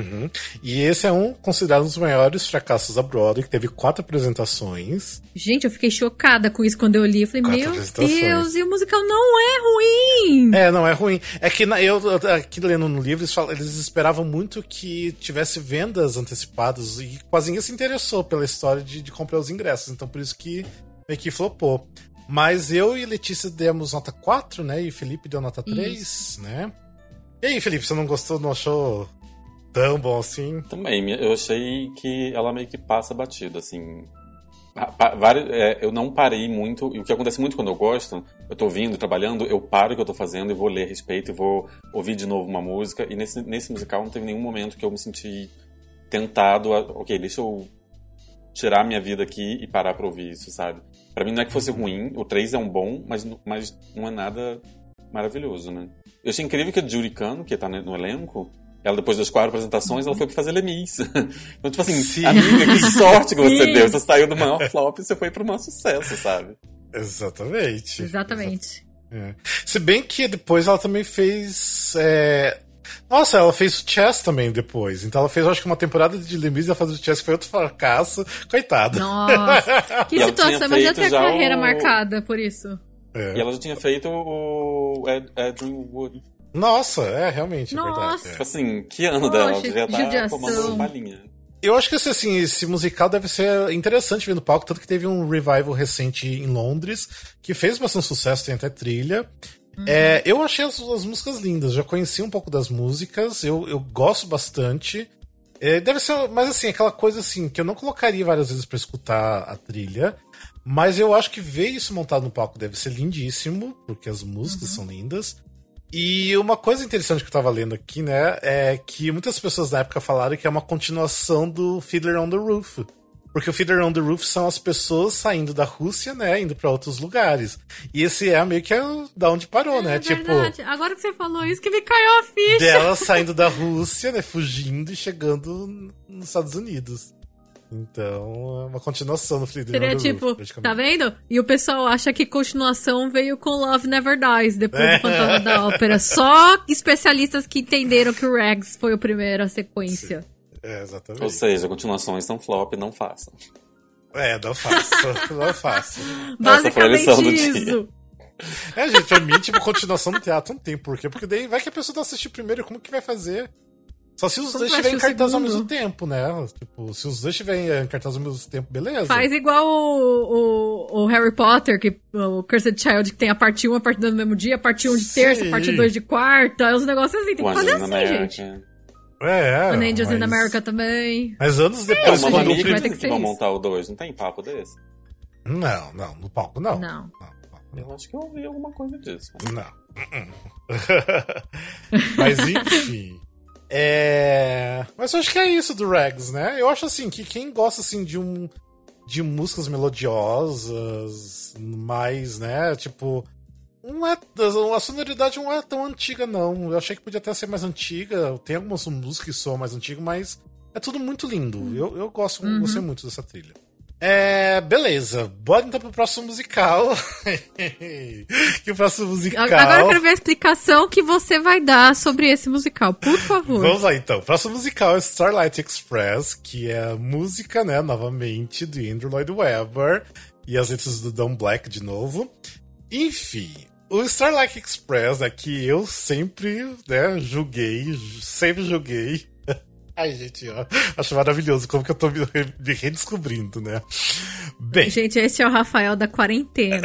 E esse é considerado um dos maiores fracassos da Broadway, que teve 4 apresentações. Gente, eu fiquei chocada com isso quando eu li. Eu falei, meu Deus, e o musical não é ruim! Não é ruim. É que eu aqui lendo no livro, eles esperavam muito que tivesse vendas antecipadas e quase ninguém se interessou pela história de comprar os ingressos. Então por isso que meio que flopou. Mas eu e Letícia demos nota 4, né? E Felipe deu nota 3, né? E aí, Felipe, você não gostou, não achou tão bom assim? Também, eu achei que ela meio que passa batida, assim. Eu não parei muito, e o que acontece muito quando eu gosto, eu tô ouvindo, trabalhando, eu paro o que eu tô fazendo e vou ler a respeito, e vou ouvir de novo uma música, e nesse musical não teve nenhum momento que eu me senti tentado ok, deixa eu tirar minha vida aqui e parar pra ouvir isso, sabe? Pra mim não é que fosse ruim, o 3 é um bom, mas não é nada maravilhoso, né? Eu achei incrível que a Judy Kahn, que tá no elenco, ela, depois das 4 apresentações, ela foi pra fazer Les Mis. Então, tipo assim, amiga, que sorte que você deu. Você saiu do maior flop e você foi pro maior sucesso, sabe? Exatamente. É. Se bem que depois ela também fez... Nossa, ela fez o Chess também depois. Então ela fez, acho que uma temporada de Les Mis e ela faz o Chess, que foi outro fracasso. Coitada. Nossa, que situação. Mas já tem a carreira marcada por isso. E ela já tinha feito o Edwin Wood. Nossa, realmente, é verdade. Tipo assim, que ano dela? Ela já tá comandando palhinha. Eu acho que esse musical deve ser interessante ver no palco, tanto que teve um revival recente em Londres, que fez bastante sucesso, tem até trilha. Eu achei as músicas lindas, já conheci um pouco das músicas, eu gosto bastante. Deve ser, mas assim, aquela coisa assim, que eu não colocaria várias vezes pra escutar a trilha, mas eu acho que ver isso montado no palco deve ser lindíssimo, porque as músicas são lindas. E uma coisa interessante que eu tava lendo aqui, né, é que muitas pessoas na época falaram que é uma continuação do Fiddler on the Roof. Porque o Fiddler on the Roof são as pessoas saindo da Rússia, né, indo pra outros lugares. E esse meio que da onde parou, né? Verdade. Tipo, agora que você falou isso que me caiu a ficha. Dela saindo da Rússia, né, fugindo e chegando nos Estados Unidos. Então, é uma continuação do Fiddler Seria on the tipo, Roof, tá vendo? E o pessoal acha que continuação veio com Love Never Dies, depois do Fantasma da Ópera. Só especialistas que entenderam que o Rags foi o primeiro, a sequência. Exatamente. Ou seja, continuações são flop, não façam. Não faço. Não faço. Basicamente isso. Gente, pra mim, tipo, continuação do teatro não tem porquê. Porque daí vai que a pessoa tá assistindo primeiro, como que vai fazer? Só se os dois estiverem em cartaz ao mesmo tempo, né? Tipo, se os dois estiverem em cartaz ao mesmo tempo, beleza. Faz igual o Harry Potter, que o Cursed Child, que tem a parte 1, a parte 2 no mesmo dia, a parte 1 de terça, a parte 2 de quarta, os negócios assim, tem que fazer assim, gente. O Angels in America também. Mas anos depois, quando vai ter que que ser vão isso. montar o 2, não tem papo desse? Não, no palco não. Não. Eu acho que eu ouvi alguma coisa disso. Não. Mas enfim... Mas eu acho que é isso do Rags, né? Eu acho assim que quem gosta assim de músicas melodiosas, mais, né? Tipo, a sonoridade não é tão antiga, não. Eu achei que podia até ser mais antiga. Tem algumas músicas que soam mais antigas, mas é tudo muito lindo. Eu gostei muito dessa trilha. Beleza, bora então pro próximo musical. Que o próximo musical... Agora eu quero ver a explicação que você vai dar sobre esse musical, por favor. Vamos lá então. O próximo musical é Starlight Express, que é a música, né, novamente, do Andrew Lloyd Webber e as letras do Don Black de novo. Enfim, o Starlight Express, né, que eu sempre, né, sempre julguei. Ai, gente, ó, acho maravilhoso como que eu tô me redescobrindo, né? Bem... Gente, esse é o Rafael da quarentena.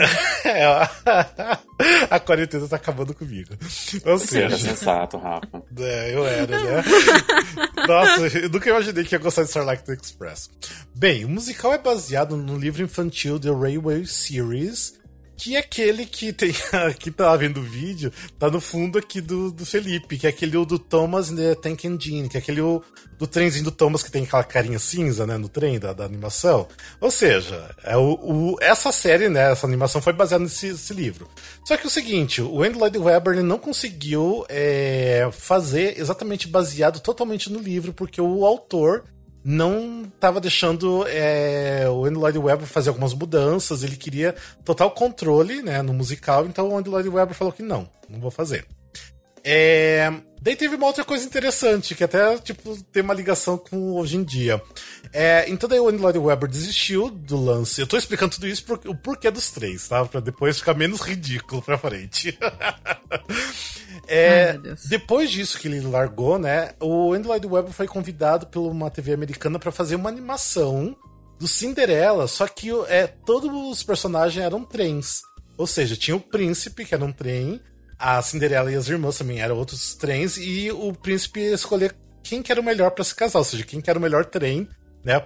A quarentena tá acabando comigo. Ou seja... Era sensato, Rafa. Eu era, né? Nossa, eu nunca imaginei que ia gostar de Starlight Express. Bem, o musical é baseado no livro infantil The Railway Series, que é aquele que tem... Quem tá vendo o vídeo, tá no fundo aqui do Felipe, que é aquele do Thomas and the Tank Engine, que é aquele do trenzinho do Thomas que tem aquela carinha cinza, né, no trem da animação. Ou seja, essa série, né, essa animação foi baseada nesse livro. Só que é o seguinte, o Andrew Lloyd Webber ele não conseguiu fazer exatamente baseado totalmente no livro, porque o autor não estava deixando o Andrew Lloyd Webber fazer algumas mudanças, ele queria total controle, né, no musical, então o Andrew Lloyd Webber falou que não vou fazer. Daí teve uma outra coisa interessante, que até tipo, tem uma ligação com hoje em dia. Então daí o Andrew Lloyd Webber desistiu do lance. Eu tô explicando tudo isso o porquê dos três, tá? Pra depois ficar menos ridículo pra frente. Depois disso que ele largou, né? O Andrew Lloyd Webber foi convidado por uma TV americana pra fazer uma animação do Cinderela, só que todos os personagens eram trens. Ou seja, tinha o príncipe, que era um trem, a Cinderela e as irmãs também eram outros trens, e o príncipe ia escolher quem que era o melhor pra se casar, ou seja, quem que era o melhor trem, né,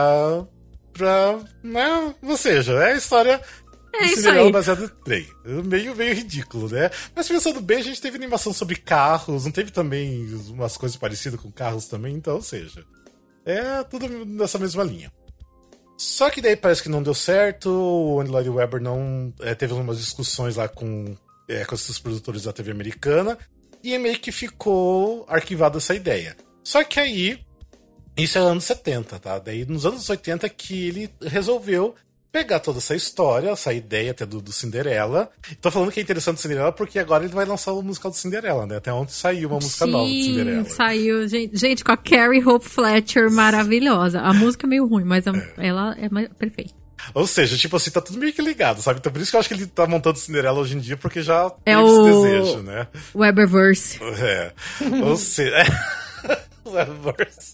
né, ou seja, é a história do Cinderela baseada em trem. Meio ridículo, né? Mas pensando bem, a gente teve animação sobre carros, não teve também umas coisas parecidas com carros também, então, ou seja, tudo nessa mesma linha. Só que daí parece que não deu certo, o Andrew Lloyd Webber não teve umas discussões lá com esses produtores da TV americana, e meio que ficou arquivada essa ideia. Só que aí, isso é anos 70, tá? Daí nos anos 80 que ele resolveu pegar toda essa história, essa ideia até do Cinderela. Tô falando que é interessante do Cinderela porque agora ele vai lançar o musical do Cinderela, né? Até ontem saiu uma música nova do Cinderela. Saiu, gente, com a Carrie Hope Fletcher maravilhosa. A música é meio ruim, mas ela é perfeita. Ou seja, tipo assim, tá tudo meio que ligado, sabe? Então por isso que eu acho que ele tá montando Cinderela hoje em dia, porque já tem esse desejo, né? Webberverse. Ou seja... Webberverse.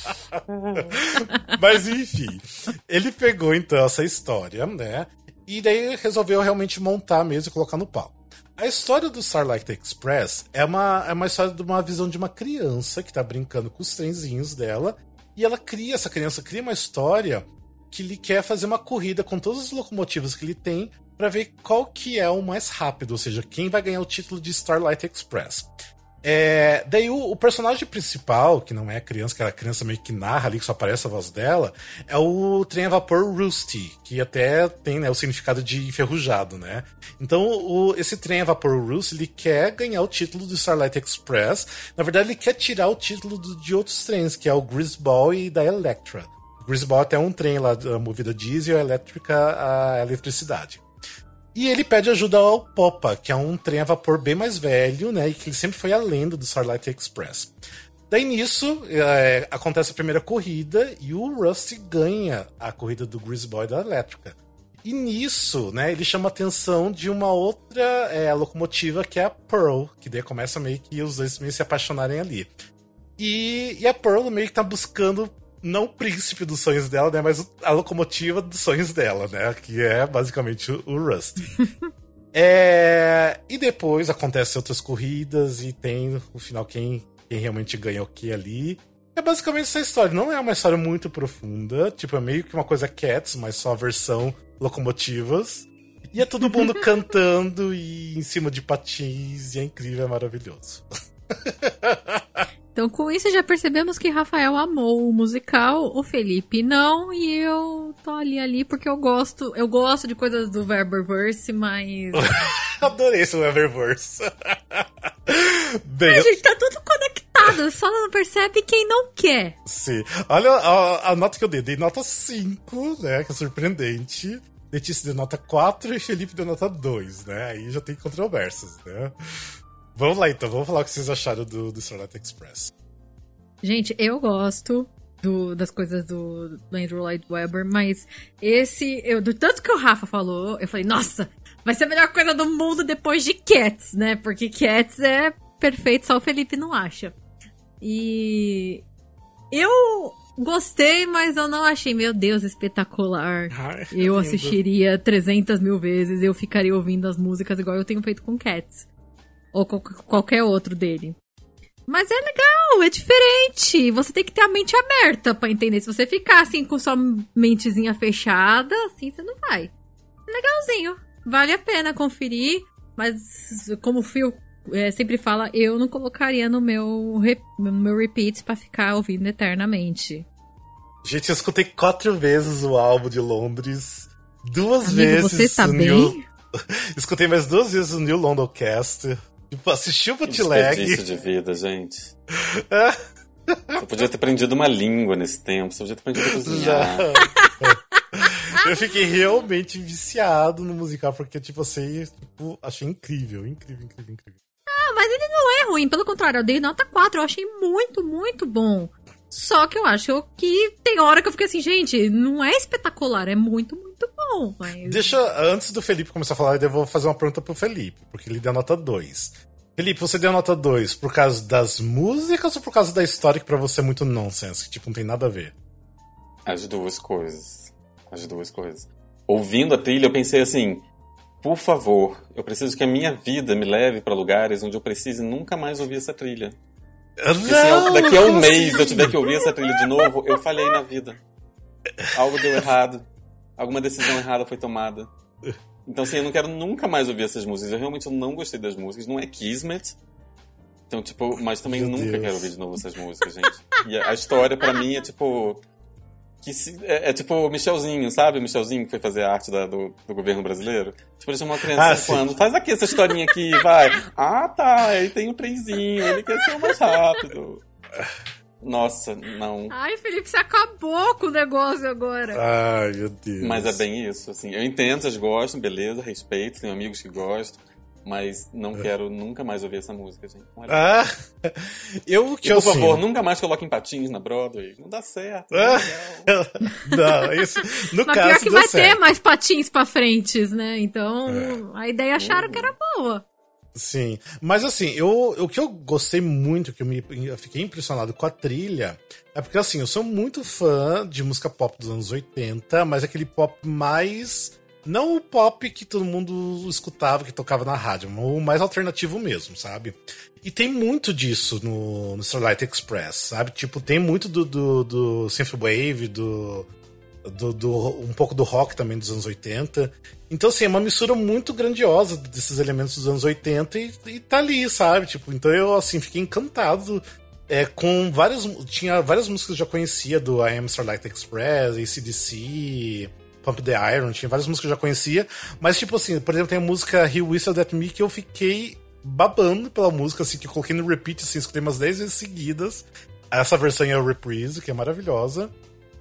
Mas enfim, ele pegou então essa história, né? E daí resolveu realmente montar mesmo e colocar no palco. A história do Starlight Express é uma história de uma visão de uma criança que tá brincando com os trenzinhos dela, e essa criança cria uma história que ele quer fazer uma corrida com todos os locomotivos que ele tem para ver qual que é o mais rápido, ou seja, quem vai ganhar o título de Starlight Express. Daí o personagem principal, que não é a criança, que é a criança meio que narra ali, que só aparece a voz dela, é o trem a vapor Rusty, que até tem, né, o significado de enferrujado, né? Então esse trem a vapor Rusty, ele quer ganhar o título do Starlight Express. Na verdade, ele quer tirar o título de outros trens, que é o Greaseball e da Electra. O Greaseball é um trem lá movido a diesel e elétrica a eletricidade. E ele pede ajuda ao Popa, que é um trem a vapor bem mais velho, né? E que ele sempre foi a lenda do Starlight Express. Daí nisso, acontece a primeira corrida e o Rusty ganha a corrida do Greaseball da elétrica. E nisso, né, ele chama a atenção de uma outra locomotiva que é a Pearl, que daí começa meio que os dois meio se apaixonarem ali. E a Pearl meio que tá buscando, não o príncipe dos sonhos dela, né, mas a locomotiva dos sonhos dela, né, que é basicamente o Rusty. E depois acontecem outras corridas e tem, no final, quem realmente ganha o que ali. É basicamente essa história. Não é uma história muito profunda. Tipo, é meio que uma coisa Cats, mas só a versão locomotivas. E é todo mundo cantando e em cima de patins. E é incrível, é maravilhoso. Então, com isso, já percebemos que Rafael amou o musical, o Felipe não, e eu tô ali porque eu gosto de coisas do Weberverse, mas... Adorei esse Weberverse. Bem, a gente tá tudo conectado, só não percebe quem não quer. Sim. Olha a nota que eu dei nota 5, né, que é surpreendente. Letícia deu nota 4 e Felipe deu nota 2, né, aí já tem controvérsias, né. Vamos lá então, vamos falar o que vocês acharam do Starlight Express. Gente, eu gosto das coisas do Andrew Lloyd Webber, mas do tanto que o Rafa falou, eu falei, nossa, vai ser a melhor coisa do mundo depois de Cats, né? Porque Cats é perfeito, só o Felipe não acha. E eu gostei, mas eu não achei, meu Deus, espetacular. Eu assistiria 300 mil vezes, eu ficaria ouvindo as músicas igual eu tenho feito com Cats. Ou qualquer outro dele. Mas é legal, é diferente. Você tem que ter a mente aberta pra entender. Se você ficar assim com sua mentezinha fechada, assim você não vai. Legalzinho. Vale a pena conferir. Mas como o Phil sempre fala, eu não colocaria no meu repeat pra ficar ouvindo eternamente. Gente, eu escutei 4 vezes o álbum de Londres. 2 Amigo, vezes. Você tá bem? Escutei mais 2 vezes o New London Cast. Tipo, assisti o bootleg. Desperdício de vida, gente. Você podia ter aprendido uma língua nesse tempo. Você podia ter aprendido a cozinhar. Eu fiquei realmente viciado no musical, porque, tipo, achei incrível. Ah, mas ele não é ruim. Pelo contrário, eu dei nota 4. Eu achei muito, muito bom. Só que eu acho que tem hora que eu fiquei assim, gente, não é espetacular. É muito, muito bom. Mas... Antes do Felipe começar a falar, eu vou fazer uma pergunta pro Felipe, porque ele deu nota 2. Felipe, você deu nota 2 por causa das músicas ou por causa da história que pra você é muito nonsense, que tipo, não tem nada a ver? As duas coisas. Ouvindo a trilha, eu pensei assim, por favor, eu preciso que a minha vida me leve pra lugares onde eu precise nunca mais ouvir essa trilha. Se daqui a um mês eu tiver que ouvir essa trilha de novo, eu falhei na vida. Algo deu errado. Alguma decisão errada foi tomada. Então, assim, eu não quero nunca mais ouvir essas músicas. Eu realmente não gostei das músicas. Não é Kismet. Então, tipo, mas também nunca quero ouvir de novo essas músicas, gente. E a história, pra mim, é tipo... É tipo o Michelzinho, sabe? O Michelzinho que foi fazer a arte do governo brasileiro. Tipo, ele chamou uma criança de 5 anos. Faz aqui essa historinha aqui, vai. Ah, tá. Ele tem um trenzinho. Ele quer ser o mais rápido. Nossa, não. Ai, Felipe, você acabou com o negócio agora. Ai, meu Deus. Mas é bem isso, assim. Eu entendo, vocês gostam, beleza, respeito. Tenho amigos que gostam. Mas não quero nunca mais ouvir essa música, gente. Por favor, nunca mais coloquem patins na Broadway. Não dá certo. Não, isso. No mas caso, pior que vai certo. ter mais patins pra frente, né? Então, a ideia acharam que era boa. Sim, mas assim, o que eu gostei muito, que eu fiquei impressionado com a trilha, é porque assim, eu sou muito fã de música pop dos anos 80, mas aquele pop mais... Não o pop que todo mundo escutava, que tocava na rádio, mas o mais alternativo mesmo, sabe? E tem muito disso no Starlight Express, sabe? Tipo, tem muito do synthwave, um pouco do rock também dos anos 80. Então, assim, é uma mistura muito grandiosa desses elementos dos anos 80 e tá ali, sabe? Tipo, então eu, assim, fiquei encantado com várias... Tinha várias músicas que eu já conhecia do I Am Starlight Express, AC/DC... Pump the Iron, tinha várias músicas que eu já conhecia, mas tipo assim, por exemplo, tem a música He Whistled at Me, que eu fiquei babando pela música, assim, que eu coloquei no repeat, assim, escutei umas 10 vezes seguidas. Essa versão é o Reprise, que é maravilhosa.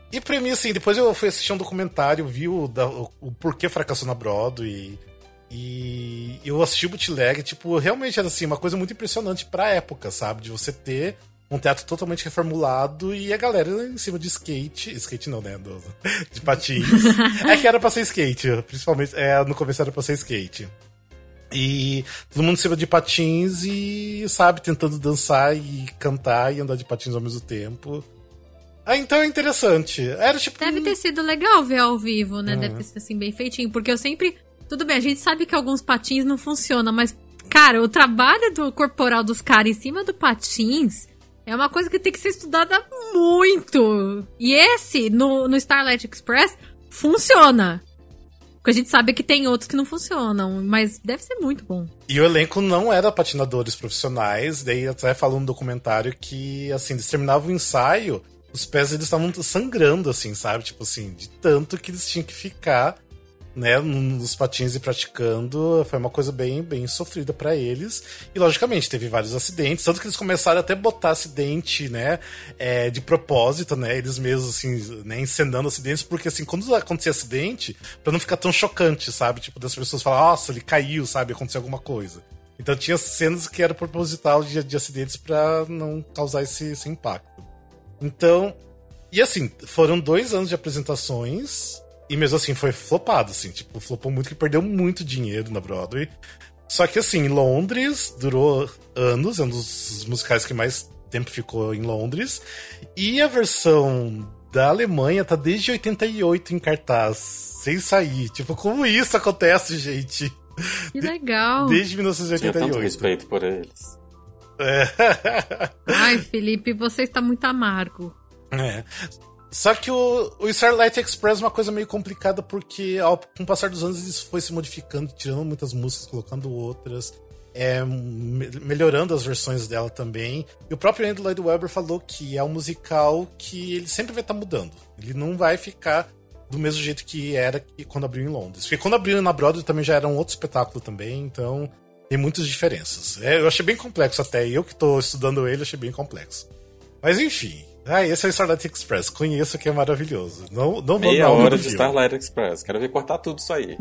E pra mim, assim, depois eu fui assistir um documentário, vi o porquê fracassou na Broadway. E eu assisti o bootleg, tipo, realmente era assim, uma coisa muito impressionante pra época, sabe? De você ter um teatro totalmente reformulado e a galera em cima de skate. Skate não, né? De patins. É que era pra ser skate, principalmente. No começo era pra ser skate. E todo mundo em cima de patins e, sabe, tentando dançar e cantar e andar de patins ao mesmo tempo. Então é interessante. Era tipo. Deve ter sido legal ver ao vivo, né? Deve ter sido assim, bem feitinho. Porque eu sempre. Tudo bem, a gente sabe que alguns patins não funcionam, mas, cara, o trabalho do corporal dos caras em cima do patins é uma coisa que tem que ser estudada muito. E esse, no Starlight Express, funciona. Porque a gente sabe que tem outros que não funcionam, mas deve ser muito bom. E o elenco não era patinadores profissionais, daí até falou no documentário que, assim, eles terminavam o ensaio, os pés eles estavam sangrando, assim, sabe? Tipo assim, de tanto que eles tinham que ficar, né, nos patins e praticando. Foi uma coisa bem, bem sofrida pra eles. E, logicamente, teve vários acidentes. Tanto que eles começaram até a botar acidente, né, de propósito, né, eles mesmos, assim, né, encenando acidentes. Porque, assim, quando acontecia acidente, pra não ficar tão chocante, sabe? Tipo, das pessoas falarem, nossa, ele caiu, sabe? Aconteceu alguma coisa. Então, tinha cenas que era proposital de acidentes pra não causar esse impacto. Então, e assim, foram 2 anos de apresentações. E mesmo assim, foi flopado, assim. Tipo, flopou muito, que perdeu muito dinheiro na Broadway. Só que, assim, em Londres, durou anos. É um dos musicais que mais tempo ficou em Londres. E a versão da Alemanha tá desde 88 em cartaz, sem sair. Tipo, como isso acontece, gente? Que legal. Desde 1988. Tinha tanto respeito por eles. Ai, Felipe, você está muito amargo. Só que o Starlight Express é uma coisa meio complicada, porque com o passar dos anos isso foi se modificando, tirando muitas músicas, colocando outras, melhorando as versões dela também. E o próprio Andrew Lloyd Webber falou que é um musical que ele sempre vai estar mudando. Ele não vai ficar do mesmo jeito que era quando abriu em Londres. Porque quando abriu na Broadway também já era um outro espetáculo também, então tem muitas diferenças. Eu achei bem complexo até, eu que tô estudando ele achei bem complexo. Mas enfim, esse é o Starlight Express, conheço que é maravilhoso. Não vou meia hora de Starlight Express, quero ver cortar tudo isso aí.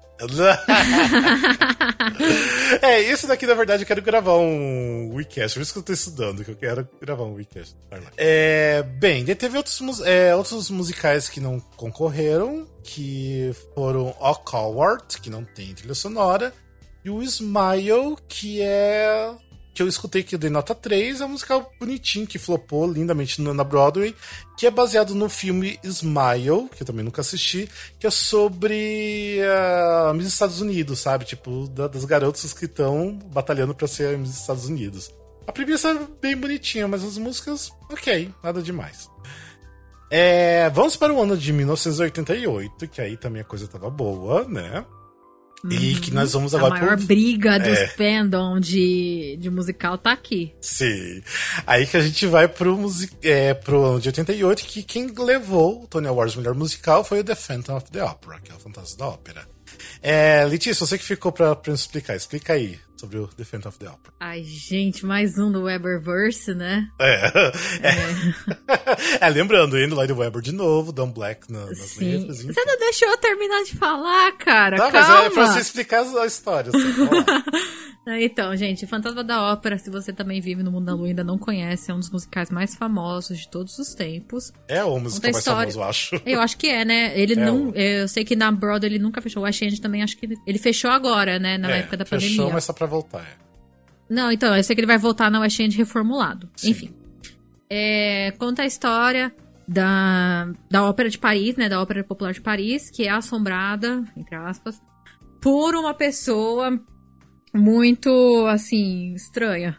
Esse daqui na verdade eu quero gravar um WeCast, por isso que eu tô estudando, que eu quero gravar um WeCast. Bem, teve outros musicais que não concorreram, que foram O Coward, que não tem trilha sonora, e o Smile, que eu escutei, que eu dei nota 3, é um musical bonitinho, que flopou lindamente na Broadway, que é baseado no filme Smile, que eu também nunca assisti, que é sobre a Miss Estados Unidos, sabe? Tipo, das garotas que estão batalhando pra ser a Miss Estados Unidos. A premissa é bem bonitinha, mas as músicas, ok, nada demais. Vamos para o ano de 1988, que aí também a coisa tava boa, né? E que nós vamos agora... A maior briga do fandom de musical tá aqui. Sim. Aí que a gente vai pro ano de 88, que quem levou o Tony Awards melhor musical foi o The Phantom of the Opera, que é o Fantasma da Ópera. Letícia, você que ficou pra nos explicar, explica aí sobre o The Phantom of the Opera. Ai, gente, mais um do Webberverse, né? Lembrando, Andrew Lloyd Webber de novo, Don Black nas letras. Você não deixou eu terminar de falar, cara, tá, calma. Mas é pra você explicar a história. Assim, então, gente, Fantasma da Ópera, se você também vive no mundo da lua e ainda não conhece, é um dos musicais mais famosos de todos os tempos. É o musical mais famoso, eu acho. Eu acho que né? Ele eu sei que na Broadway ele nunca fechou. O West End também acho que ele fechou agora, né? Na época da pandemia. Fechou, mas só pra voltar, Não, então, eu sei que ele vai voltar na West End reformulado. Sim. Enfim. Conta a história da Ópera de Paris, né? Da Ópera Popular de Paris, que é assombrada, entre aspas, por uma pessoa muito, assim, estranha.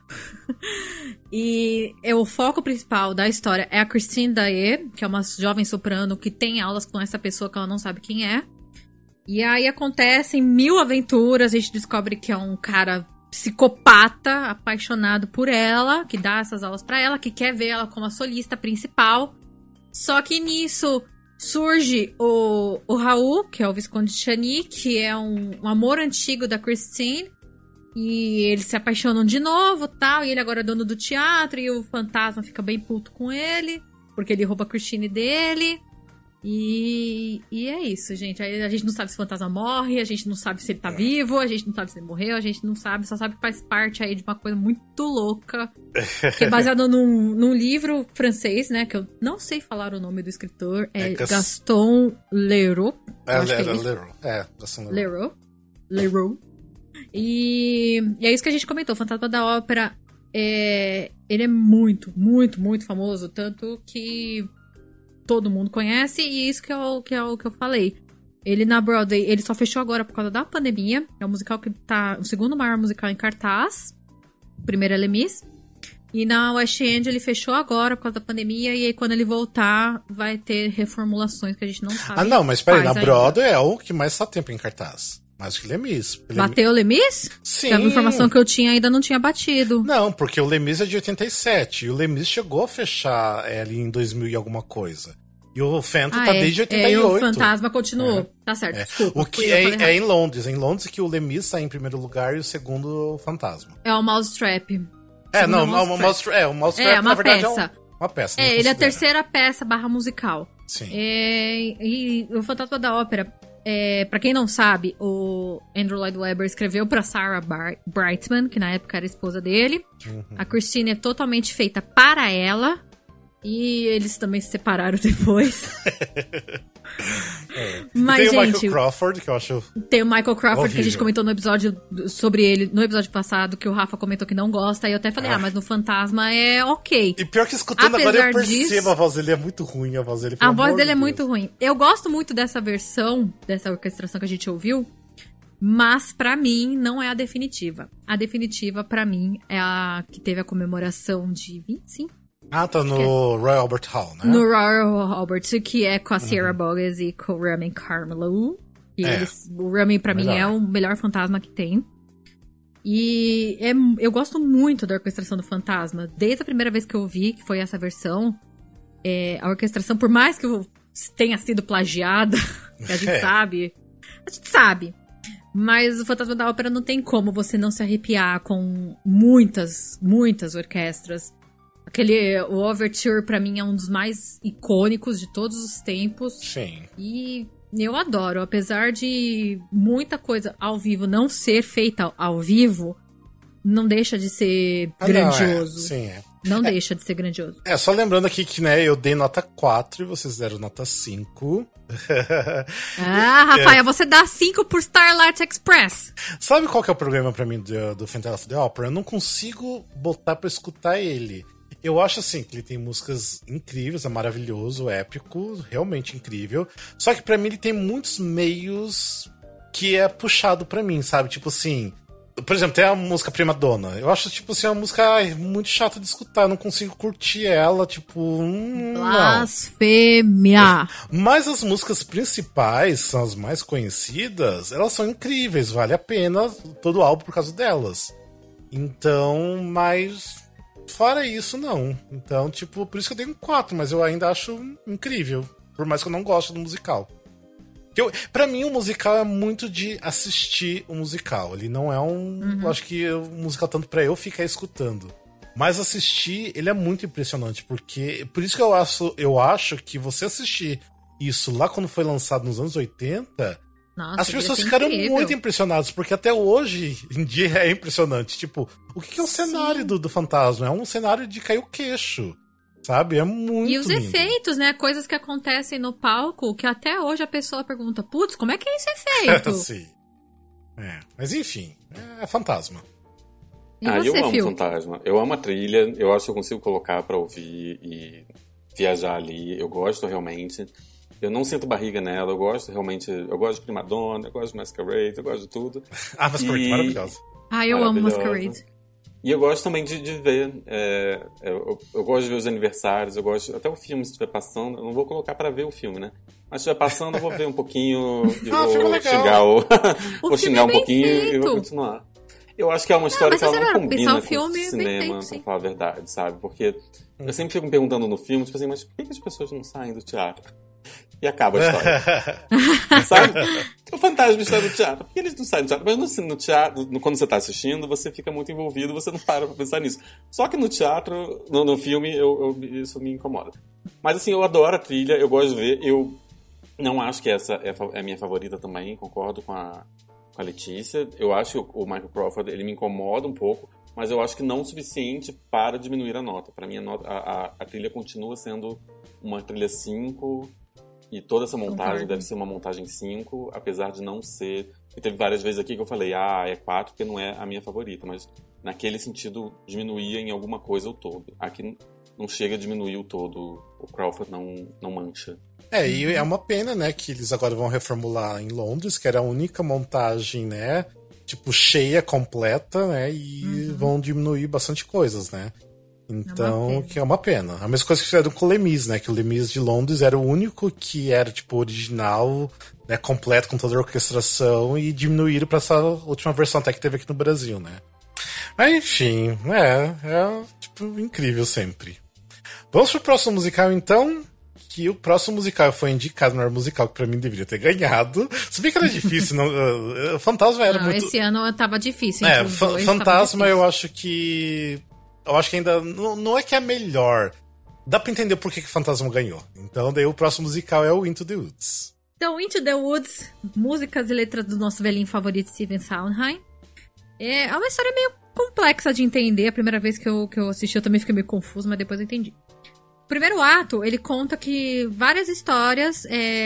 E o foco principal da história é a Christine Daae, que é uma jovem soprano que tem aulas com essa pessoa que ela não sabe quem é. E aí acontecem 1000 aventuras, a gente descobre que é um cara psicopata, apaixonado por ela, que dá essas aulas pra ela, que quer ver ela como a solista principal. Só que nisso surge o Raul, que é o Visconde de Chani, que é um amor antigo da Christine. E eles se apaixonam de novo, tal, e ele agora é dono do teatro, e o fantasma fica bem puto com ele, porque ele rouba a Christine dele. E é isso, gente. Aí a gente não sabe se o fantasma morre, a gente não sabe se ele tá vivo, a gente não sabe se ele morreu, a gente não sabe, só sabe que faz parte aí de uma coisa muito louca. Que é baseado num livro francês, né? Que eu não sei falar o nome do escritor. É Gaston Leroux. Gaston Leroux. Leroux. E é isso que a gente comentou. O Fantasma da Ópera, ele é muito, muito, muito famoso. Tanto que todo mundo conhece, e isso que é o que eu falei. Ele na Broadway, ele só fechou agora por causa da pandemia. É um musical que tá o segundo maior musical em cartaz. O primeiro é Les Mis. E na West End ele fechou agora por causa da pandemia, e aí quando ele voltar vai ter reformulações que a gente não sabe. Não, mas peraí, na Broadway é o que mais tá tempo em cartaz. Mais que Les Mis. Bateu o Les Mis? Sim. A informação que eu tinha ainda não tinha batido. Não, porque o Les Mis é de 87. E o Les Mis chegou a fechar ali em 2000 e alguma coisa. E o Phantom tá desde 88. E o Fantasma continuou. Tá certo, desculpa. O que é em Londres. É em Londres que o Les Mis tá em primeiro lugar e o segundo o Fantasma. É o Mousetrap. O Mousetrap, na verdade, peça. É uma peça. Ele é a terceira peça / musical. Sim. E o Fantasma da Ópera, pra quem não sabe, o Andrew Lloyd Webber escreveu pra Sarah Brightman, que na época era a esposa dele. Uhum. A Christine é totalmente feita para ela. E eles também se separaram depois. Mas, tem o gente, Michael Crawford, que eu acho. Tem o Michael Crawford, horrível. que a gente comentou no episódio sobre ele, no episódio passado, que o Rafa comentou que não gosta. E eu até falei, mas no Fantasma é ok. E pior que escutando agora eu percebo, a voz dele é muito ruim. A voz dele é muito ruim. Eu gosto muito dessa versão, dessa orquestração que a gente ouviu. Mas, pra mim, não é a definitiva. A definitiva, pra mim, é a que teve a comemoração de 25. Tá no Royal Albert Hall, né? No Royal Albert, que é com a Sierra Bogas e com o Ramin Carmelo. O Ramin, pra mim, é o melhor fantasma que tem. E eu gosto muito da orquestração do Fantasma. Desde a primeira vez que eu vi, que foi essa versão, a orquestração, por mais que tenha sido plagiada, que a gente sabe. Mas o Fantasma da Ópera não tem como você não se arrepiar com muitas, muitas orquestras. O Overture, pra mim, é um dos mais icônicos de todos os tempos. Sim. E eu adoro. Apesar de muita coisa ao vivo não ser feita ao vivo, não deixa de ser grandioso. Não deixa de ser grandioso. Só lembrando aqui que, né, eu dei nota 4 e vocês deram nota 5. Rafael, você dá 5 por Starlight Express. Sabe qual que é o problema pra mim do Phantom of the Opera? Eu não consigo botar pra escutar ele. Eu acho, assim, que ele tem músicas incríveis, é maravilhoso, épico, realmente incrível. Só que pra mim ele tem muitos meios que é puxado pra mim, sabe? Tipo assim, por exemplo, tem a música Prima Donna. Eu acho, tipo assim, uma música muito chata de escutar, eu não consigo curtir ela, tipo... Blasfêmia! Mas as músicas principais, são as mais conhecidas, elas são incríveis, vale a pena todo o álbum por causa delas. Então, mas... Fora isso, não. Então, tipo, por isso que eu dei um 4, mas eu ainda acho incrível. Por mais que eu não goste do musical. Pra mim, o musical é muito de assistir o musical. Ele não é eu acho que o musical tanto pra eu ficar escutando. Mas assistir, ele é muito impressionante. Por isso que eu acho que você assistir isso lá quando foi lançado nos anos 80... Nossa, as pessoas ficaram muito impressionadas, porque até hoje em dia é impressionante. Tipo, o que é o cenário do Fantasma? É um cenário de cair o queixo, sabe? É muito E os lindo. efeitos, né? Coisas que acontecem no palco, que até hoje a pessoa pergunta, putz, como é que é esse efeito? Sim. Mas enfim, é Fantasma. E você, eu amo Phil? Fantasma. Eu amo a trilha, eu acho que eu consigo colocar pra ouvir e viajar ali. Eu gosto realmente. Eu não sinto barriga nela, eu gosto realmente... Eu gosto de Prima Donna, eu gosto de Masquerade, eu gosto de tudo. Masquerade, maravilhosa. Eu amo Masquerade. E eu gosto também de ver... eu gosto de ver os aniversários, eu gosto... Até o filme, se estiver passando... Eu não vou colocar pra ver o filme, né? Mas se estiver passando, eu vou ver um pouquinho e vou xingar vou xingar um pouquinho feito. E vou continuar. Eu acho que é uma história que ela não combina com o cinema, pra falar a verdade, sabe? Porque eu sempre fico me perguntando no filme, tipo assim, mas por que as pessoas não saem do teatro? E acaba a história. Sabe? O fantasma está no teatro. Por que eles não saem do teatro? Mas no teatro, quando você está assistindo, você fica muito envolvido, você não para pra pensar nisso. Só que no teatro, no filme, isso me incomoda. Mas assim, eu adoro a trilha, eu gosto de ver. Não acho que essa é a minha favorita também, concordo com a Letícia. Eu acho que o Michael Crawford, ele me incomoda um pouco, mas eu acho que não o suficiente para diminuir a nota. Para mim, a trilha continua sendo uma trilha 5, e toda essa montagem deve ser uma montagem 5, apesar de não ser... E teve várias vezes aqui que eu falei, é 4, porque não é a minha favorita, mas naquele sentido diminuía em alguma coisa o todo. Aqui não chega a diminuir o todo, o Crawford não mancha. E é uma pena, né, que eles agora vão reformular em Londres, que era a única montagem, né, tipo, cheia, completa, né, e vão diminuir bastante coisas, né. Então, que é uma pena. A mesma coisa que fizeram com o Lemis, né, que o Lemis de Londres era o único que era, tipo, original, né, completo, com toda a orquestração, e diminuíram pra essa última versão até que teve aqui no Brasil, né. Mas, enfim, tipo, incrível sempre. Vamos pro próximo musical, então, que o próximo musical foi indicado no melhor musical, que pra mim deveria ter ganhado. Se bem que era difícil, não, Fantasma era muito... Esse ano tava difícil. Fantasma eu acho que ainda não é que é a melhor. Dá pra entender por que Fantasma ganhou. Então daí o próximo musical é o Into the Woods. Então, Into the Woods, músicas e letras do nosso velhinho favorito, Stephen Sondheim. É uma história meio complexa de entender. A primeira vez que eu assisti eu também fiquei meio confuso, mas depois eu entendi. O primeiro ato, ele conta que várias histórias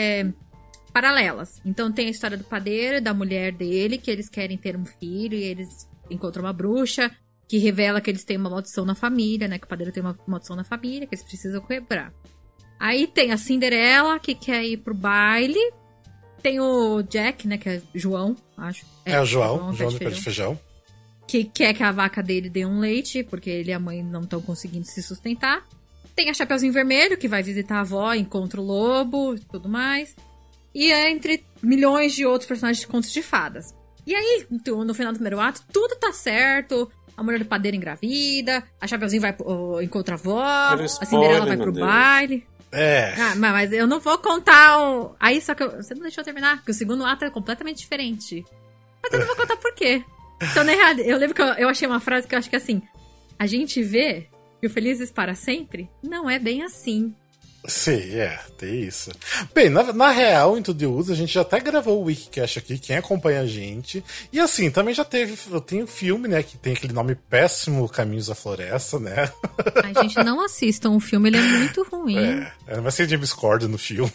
paralelas. Então tem a história do padeiro e da mulher dele, que eles querem ter um filho e eles encontram uma bruxa que revela que eles têm uma maldição na família, né? Que o padeiro tem uma maldição na família, que eles precisam quebrar. Aí tem a Cinderela, que quer ir pro baile. Tem o Jack, né? Que é João, acho. É o João do pé de feijão. Que quer que a vaca dele dê um leite, porque ele e a mãe não estão conseguindo se sustentar. Tem a Chapeuzinho Vermelho, que vai visitar a avó, encontra o lobo e tudo mais. E é entre milhões de outros personagens de contos de fadas. E aí, no final do primeiro ato, tudo tá certo. A mulher do padeiro engravida, a Chapeuzinho vai encontra a avó, a Cinderela vai pro baile. Mas eu não vou contar o... Aí, só que você não deixou eu terminar, porque o segundo ato é completamente diferente. Mas eu não vou contar por quê. Então, na realidade, eu lembro que eu achei uma frase que eu acho que é assim... A gente vê que o Felizes para Sempre não é bem assim. Sim, tem isso. Bem, na real, Into the Woods, a gente já até gravou o Wikicast aqui, quem acompanha a gente. E assim, também já tem o filme, né, que tem aquele nome péssimo, Caminhos da Floresta, né? A gente não assistam o filme, ele é muito ruim. Vai ser James Corden no filme.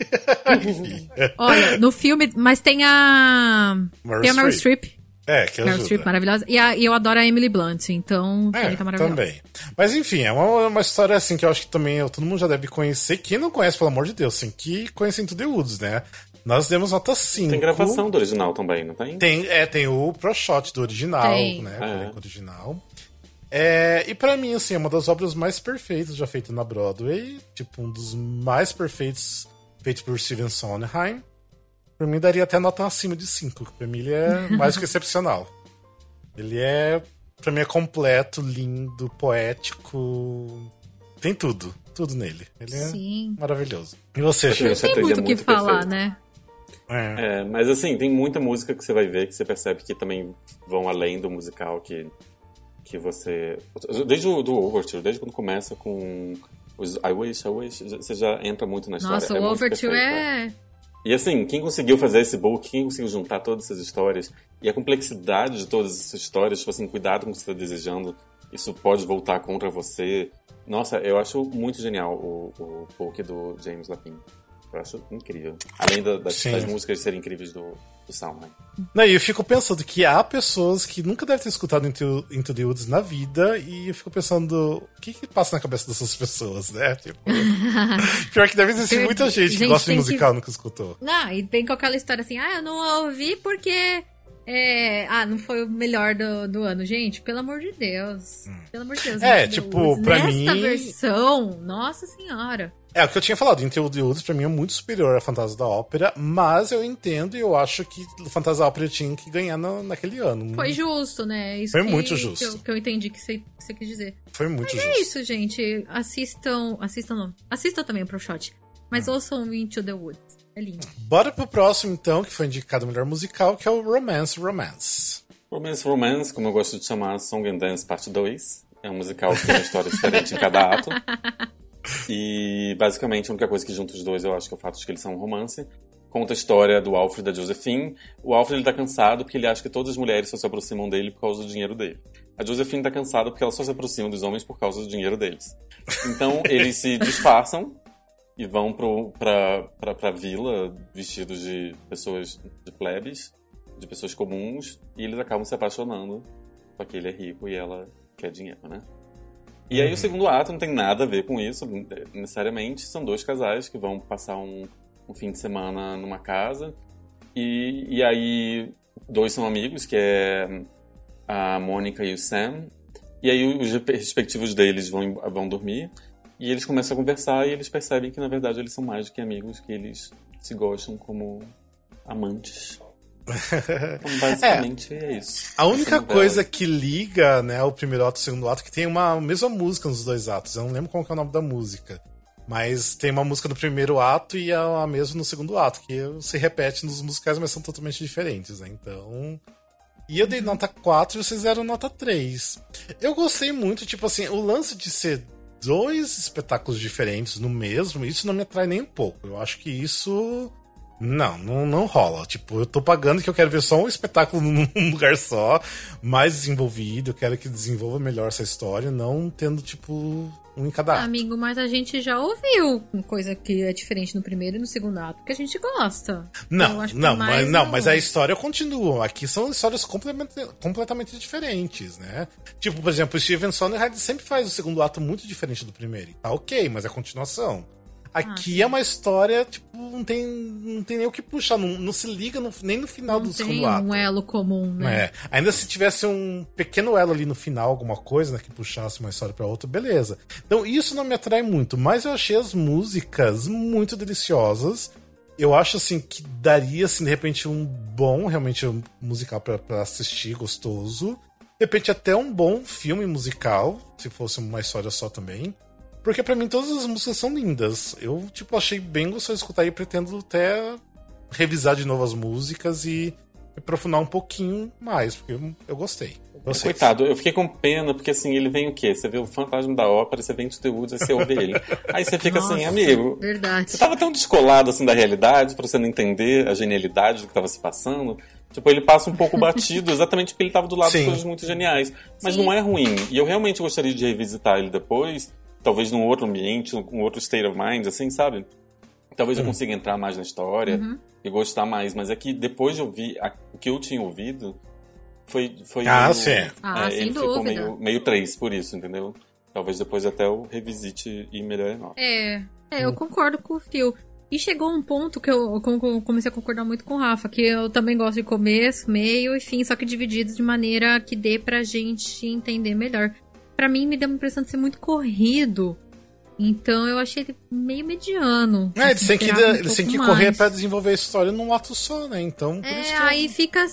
Olha, no filme, mas tem a Meryl Streep. Que ajuda. Meryl Streep, maravilhosa. E eu adoro a Emily Blunt, então também tá maravilhosa. Também. Mas enfim, é uma história assim que eu acho que também todo mundo já deve conhecer. Quem não conhece, pelo amor de Deus, assim, que conhece Into the Woods, né? Nós demos nota 5. Tem gravação do original também, não tem? Tem o Pro Shot do original, né? O original. E pra mim, assim, é uma das obras mais perfeitas já feitas na Broadway. Tipo, um dos mais perfeitos feitos por Stephen Sondheim. Pra mim, daria até nota acima de 5. Pra mim, ele é mais que excepcional. Ele pra mim, é completo, lindo, poético. Tem tudo nele. Ele é maravilhoso. E você, Chico? Não tem muito o que falar, né? Mas assim, tem muita música que você vai ver que você percebe que também vão além do musical que você... Desde o Overture, desde quando começa com os I Wish, você já entra muito na história. Nossa, o Overture é... E assim, quem conseguiu fazer esse book, quem conseguiu juntar todas essas histórias e a complexidade de todas essas histórias, tipo assim, cuidado com o que você está desejando, isso pode voltar contra você. Nossa, eu acho muito genial o book do James Lapine. Eu acho incrível. Além das músicas serem incríveis do Sondheim. E eu fico pensando que há pessoas que nunca devem ter escutado Into the Woods na vida, e eu fico pensando, o que passa na cabeça dessas pessoas, né? Tipo, pior que deve existir muita gente que gosta de musical e nunca escutou. Não, e tem com aquela história assim, eu não ouvi porque... não foi o melhor do ano. Gente, pelo amor de Deus. Pelo amor de Deus. Tipo, pra mim... Nesta versão, nossa senhora. O que eu tinha falado, Into the Woods pra mim é muito superior a Fantasma da Ópera, mas eu entendo e eu acho que o Fantasma da Ópera tinha que ganhar naquele ano. Foi justo, né? Isso foi muito justo. Que eu entendi que você quis dizer. Foi muito justo. É isso, gente. Assistam também pro Shot. Mas ouçam Into the Woods. É lindo. Bora pro próximo, então, que foi indicado o melhor musical, que é o Romance. Romance, como eu gosto de chamar, Song and Dance Parte 2. É um musical que tem uma história diferente em cada ato. E basicamente a única coisa que junta os dois eu acho que é o fato de que eles são um romance. Conta a história do Alfred e da Josephine. O Alfred ele tá cansado porque ele acha que todas as mulheres só se aproximam dele por causa do dinheiro dele. A Josephine tá cansada porque ela só se aproxima dos homens por causa do dinheiro deles. Então eles se disfarçam e vão pra vila vestidos de pessoas de plebes, de pessoas comuns, e eles acabam se apaixonando porque ele é rico e ela quer dinheiro, né? E aí o segundo ato não tem nada a ver com isso, necessariamente. São dois casais que vão passar um fim de semana numa casa. E aí dois são amigos, que é a Mônica e o Sam. E aí os respectivos deles vão dormir. E eles começam a conversar e eles percebem que, na verdade, eles são mais do que amigos, que eles se gostam como amantes. Então, basicamente é isso. A única coisa que liga, né, o primeiro ato e o segundo ato é que tem uma mesma música nos dois atos. Eu não lembro qual que é o nome da música. Mas tem uma música no primeiro ato e a mesma no segundo ato, que se repete nos musicais, mas são totalmente diferentes, né? Então... E eu dei nota 4 e vocês deram nota 3. Eu gostei muito, tipo assim, o lance de ser dois espetáculos diferentes no mesmo, isso não me atrai nem um pouco. Eu acho que isso... Não rola. Tipo, eu tô pagando que eu quero ver só um espetáculo num lugar só, mais desenvolvido, eu quero que desenvolva melhor essa história, não tendo, tipo, um em cada ato. Amigo, mas a gente já ouviu coisa que é diferente no primeiro e no segundo ato, que a gente gosta. Mas a história continua. Aqui são histórias completamente diferentes, né? Tipo, por exemplo, o Steven Soderbergh sempre faz o segundo ato muito diferente do primeiro. Tá ok, mas é continuação. Aqui é uma história, tipo, não tem nem o que puxar, não se liga nem no final do segundo ato. Não tem um elo comum, né? Ainda se tivesse um pequeno elo ali no final, alguma coisa, né, que puxasse uma história pra outra, beleza. Então isso não me atrai muito, mas eu achei as músicas muito deliciosas. Eu acho, assim, que daria, assim, de repente, um bom, realmente, musical pra assistir, gostoso. De repente, até um bom filme musical, se fosse uma história só também. Porque pra mim todas as músicas são lindas. Eu, tipo, achei bem gostoso de escutar e pretendo até revisar de novo as músicas e aprofundar um pouquinho mais, porque eu gostei. Coitado, eu fiquei com pena, porque assim, ele vem o quê? Você vê o Fantasma da Ópera, você vem de The Woods, aí você ouve ele. Aí você fica assim, amigo, verdade. Você tava tão descolado assim da realidade pra você não entender a genialidade do que tava se passando. Tipo, ele passa um pouco batido, exatamente porque ele tava do lado de coisas muito geniais. Mas não é ruim. E eu realmente gostaria de revisitar ele depois, talvez num outro ambiente, um outro state of mind, assim, sabe? Talvez eu consiga entrar mais na história e gostar mais. Mas é que depois de ouvir o que eu tinha ouvido, foi meio, sem ele dúvida. ficou meio 3 por isso, entendeu? Talvez depois até eu revisite e melhore nota. Eu concordo com o Phil. E chegou um ponto que eu comecei a concordar muito com o Rafa, que eu também gosto de começo, meio e fim, só que dividido de maneira que dê pra gente entender melhor. Pra mim, me deu uma impressão de ser muito corrido. Então, eu achei ele meio mediano. Eles têm que correr pra desenvolver a história num ato só, né? Então, por isso que aí fica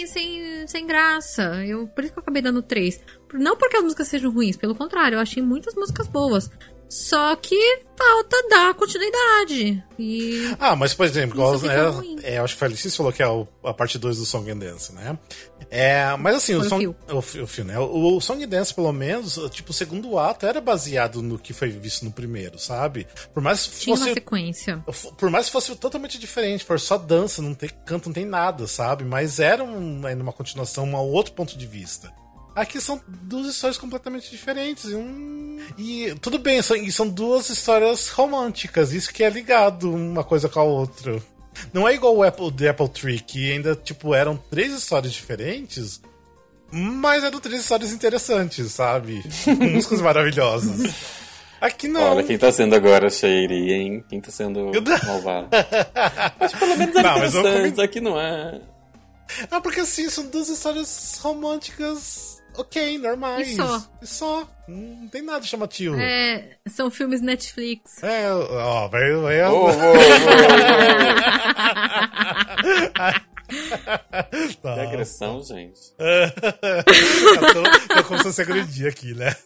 sem graça. Por isso que eu acabei dando 3. Não porque as músicas sejam ruins, pelo contrário, eu achei muitas músicas boas. Só que falta dar continuidade. Mas por exemplo, eu acho que foi a Alice falou que é a parte 2 do Song and Dance, né? Mas assim, o Phil, né? O Song and Dance, pelo menos, tipo, o segundo ato era baseado no que foi visto no primeiro, sabe? Por mais que tinha uma sequência. Por mais que fosse totalmente diferente, for só dança, não tem canto, não tem nada, sabe? Mas era uma continuação, um outro ponto de vista. Aqui são duas histórias completamente diferentes. E tudo bem, são duas histórias românticas. Isso que é ligado uma coisa com a outra. Não é igual o The Apple Tree, que ainda, tipo, eram 3 histórias diferentes, mas eram 3 histórias interessantes, sabe? Com músicas maravilhosas. Aqui não. Olha quem tá sendo agora shady, hein? Quem tá sendo malvado. Mas pelo menos era interessante, aqui não é. Porque assim, são duas histórias românticas... Ok, normais. E só. Não tem nada chamativo. São filmes Netflix. Que agressão, gente. Eu começando a se agredir aqui, né?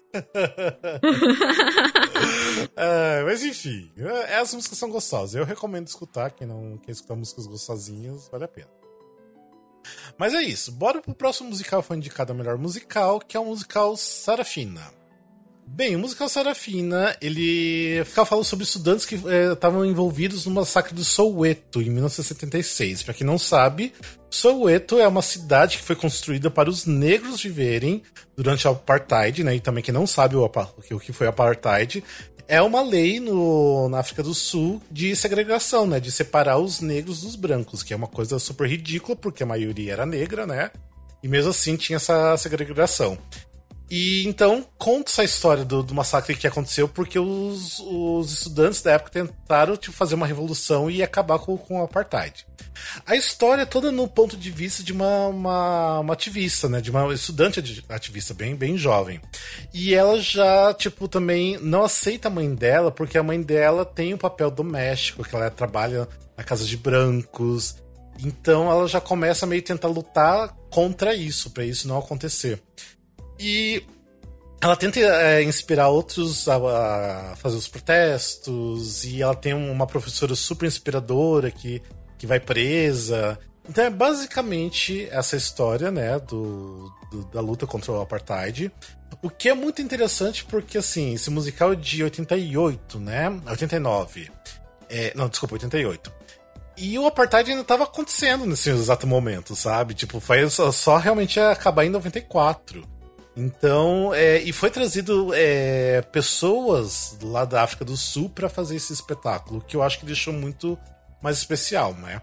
Mas enfim, as músicas são gostosas. Eu recomendo escutar. Quem não quer escutar músicas gostosinhas, vale a pena. Mas é isso, bora pro próximo musical que foi indicado a melhor musical, que é o musical Sarafina. Bem, o musical Sarafina, ele ficava falando sobre estudantes que estavam envolvidos no massacre do Soweto, em 1976. Para quem não sabe, Soweto é uma cidade que foi construída para os negros viverem durante a Apartheid, né? E também quem não sabe o que foi a Apartheid, é uma lei na África do Sul de segregação, né? De separar os negros dos brancos, que é uma coisa super ridícula, porque a maioria era negra, né? E mesmo assim tinha essa segregação. E então conta essa história do massacre que aconteceu porque os estudantes da época tentaram fazer uma revolução e acabar com o Apartheid. A história é toda no ponto de vista de uma ativista, né? De uma estudante ativista bem jovem. E ela já, também não aceita a mãe dela porque a mãe dela tem um papel doméstico, que ela trabalha na casa de brancos. Então ela já começa a meio tentar lutar contra isso, para isso não acontecer. E ela tenta inspirar outros a fazer os protestos, e ela tem uma professora super inspiradora que vai presa. Então é basicamente essa história, né, da luta contra o Apartheid. O que é muito interessante porque, assim, esse musical é de 88, né? 89. Não, desculpa, 88. E o Apartheid ainda estava acontecendo nesse exato momento, sabe? Foi só realmente acabar em 94. Então, e foi trazido pessoas lá da África do Sul para fazer esse espetáculo, que eu acho que deixou muito mais especial, né?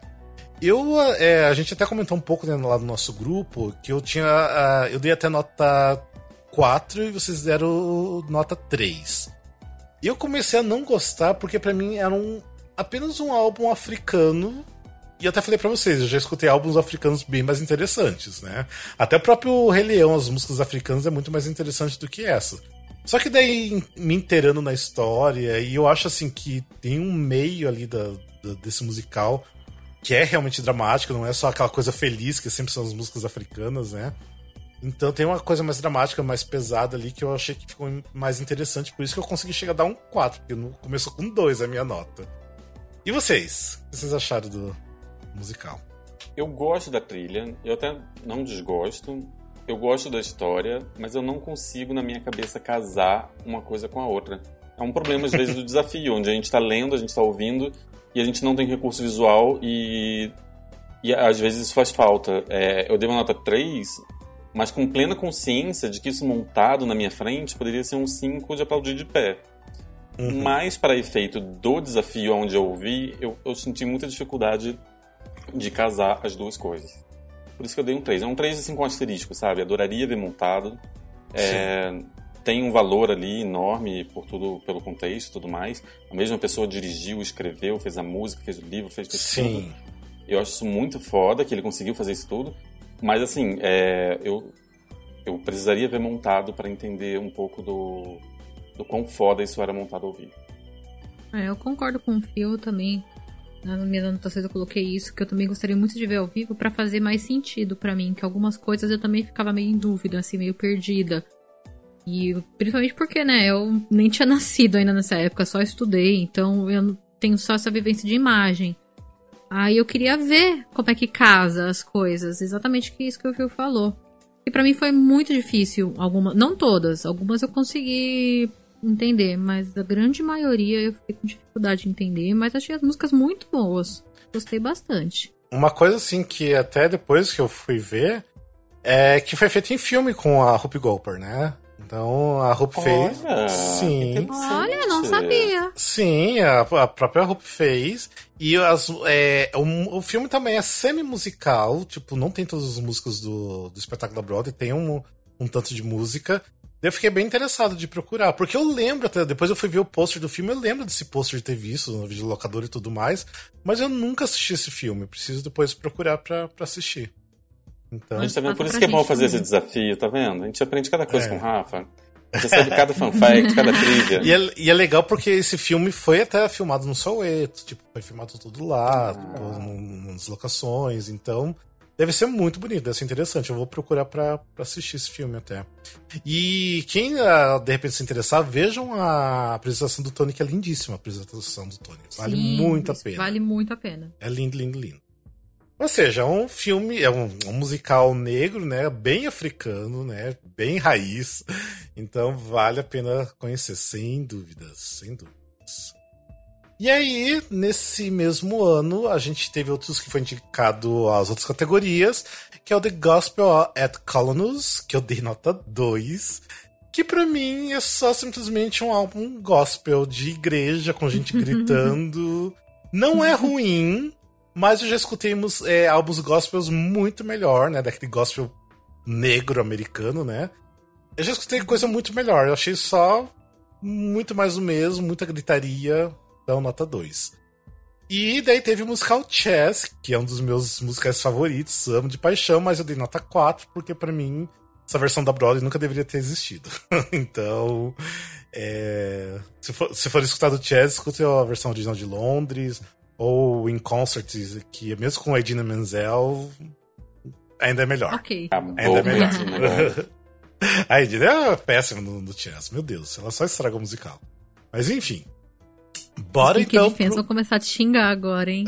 A gente até comentou um pouco, né, lá no nosso grupo, que eu dei até nota 4 e vocês deram nota 3. E eu comecei a não gostar porque para mim era apenas um álbum africano. E eu até falei pra vocês, eu já escutei álbuns africanos bem mais interessantes, né? Até o próprio Rei Leão, as músicas africanas, é muito mais interessante do que essa. Só que daí, me inteirando na história, e eu acho assim que tem um meio ali desse musical que é realmente dramático, não é só aquela coisa feliz que sempre são as músicas africanas, né? Então tem uma coisa mais dramática, mais pesada ali, que eu achei que ficou mais interessante, por isso que eu consegui chegar a dar um 4, porque começou com 2 a minha nota. E vocês? O que vocês acharam do musical? Eu gosto da trilha, eu até não desgosto, eu gosto da história, mas eu não consigo na minha cabeça casar uma coisa com a outra. É um problema às vezes do desafio, onde a gente está lendo, a gente está ouvindo e a gente não tem recurso visual e às vezes isso faz falta. Eu dei uma nota 3, mas com plena consciência de que isso montado na minha frente poderia ser um 5 de aplaudir de pé. Uhum. Mas para efeito do desafio onde eu ouvi, eu senti muita dificuldade de casar as duas coisas. Por isso que eu dei um 3. É um 3 assim com asterisco, sabe? Adoraria ver montado. Tem um valor ali enorme pelo contexto e tudo mais. A mesma pessoa dirigiu, escreveu, fez a música, fez o livro, fez tudo. Eu acho isso muito foda que ele conseguiu fazer isso tudo. Mas assim, eu precisaria ver montado para entender um pouco do quão foda isso era montado ao vivo. Eu concordo com o Phil também. Nas minhas anotações eu coloquei isso, que eu também gostaria muito de ver ao vivo pra fazer mais sentido pra mim, que algumas coisas eu também ficava meio em dúvida, assim, meio perdida. E principalmente porque, né, eu nem tinha nascido ainda nessa época, só estudei, então eu tenho só essa vivência de imagem. Aí eu queria ver como é que casa as coisas, exatamente isso que o Phil falou. E pra mim foi muito difícil, não todas, algumas eu consegui entender, mas a grande maioria eu fiquei com dificuldade de entender, mas achei as músicas muito boas. Gostei bastante. Uma coisa assim que até depois que eu fui ver é que foi feito em filme com a Whoopi Goldberg, né? Então a Whoopi fez. Sim. Olha, não sabia. Sim, a própria Whoopi fez. E o filme também é semi-musical, não tem todas as músicas do espetáculo da Broadway, tem um tanto de música. Eu fiquei bem interessado de procurar, porque eu lembro, até depois eu fui ver o pôster do filme, eu lembro desse pôster de ter visto no videolocador e tudo mais, mas eu nunca assisti esse filme, preciso depois procurar pra assistir. Então, a gente tá vendo, por isso que é bom fazer esse desafio, tá vendo? A gente aprende cada coisa com o Rafa. Você sabe cada fun fact, cada trivia. E é legal porque esse filme foi até filmado no Soweto, foi filmado todo lá, nas locações, então deve ser muito bonito, deve ser interessante. Eu vou procurar pra assistir esse filme até. E quem de repente se interessar, vejam a apresentação do Tony, que é lindíssima a apresentação do Tony. Vale muito a pena. Vale muito a pena. É lindo, lindo, lindo. Ou seja, é um filme, é um musical negro, né? Bem africano, né? Bem raiz. Então vale a pena conhecer, sem dúvidas, sem dúvidas. E aí, nesse mesmo ano, a gente teve outros que foi indicado às outras categorias, que é o The Gospel at Colonus, que eu dei nota 2, que pra mim é só simplesmente um álbum gospel de igreja, com gente gritando. Não é ruim, mas eu já escutei álbuns gospels muito melhor, né, daquele gospel negro americano, né. Eu já escutei coisa muito melhor, eu achei só muito mais o mesmo, muita gritaria. Então, nota 2. E daí teve o musical Chess, que é um dos meus musicais favoritos, amo de paixão, mas eu dei nota 4, porque pra mim, essa versão da Broadway nunca deveria ter existido. Então, se for escutar do Chess, escute a versão original de Londres, ou In Concert, que mesmo com a Idina Menzel, ainda é melhor. Ok. Ainda é melhor. A Idina é péssima no Chess, meu Deus, ela só estraga o musical. Mas enfim. Bora então. Vou começar a te xingar agora, hein?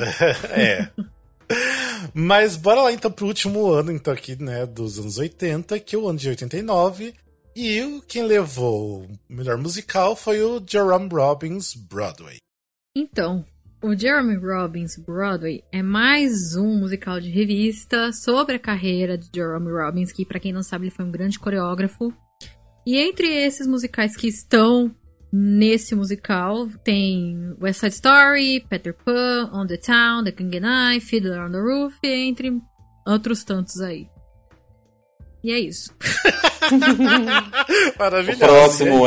Mas bora lá então pro último ano, então, aqui, né, dos anos 80, que é o ano de 89. E quem levou o melhor musical foi o Jerome Robbins Broadway. Então, o Jerome Robbins Broadway é mais um musical de revista sobre a carreira de Jerome Robbins, que, pra quem não sabe, ele foi um grande coreógrafo. E entre esses musicais que estão nesse musical tem West Side Story, Peter Pan, On the Town, The King and I, Fiddler on the Roof, entre outros tantos aí. E é isso. Maravilhoso. O próximo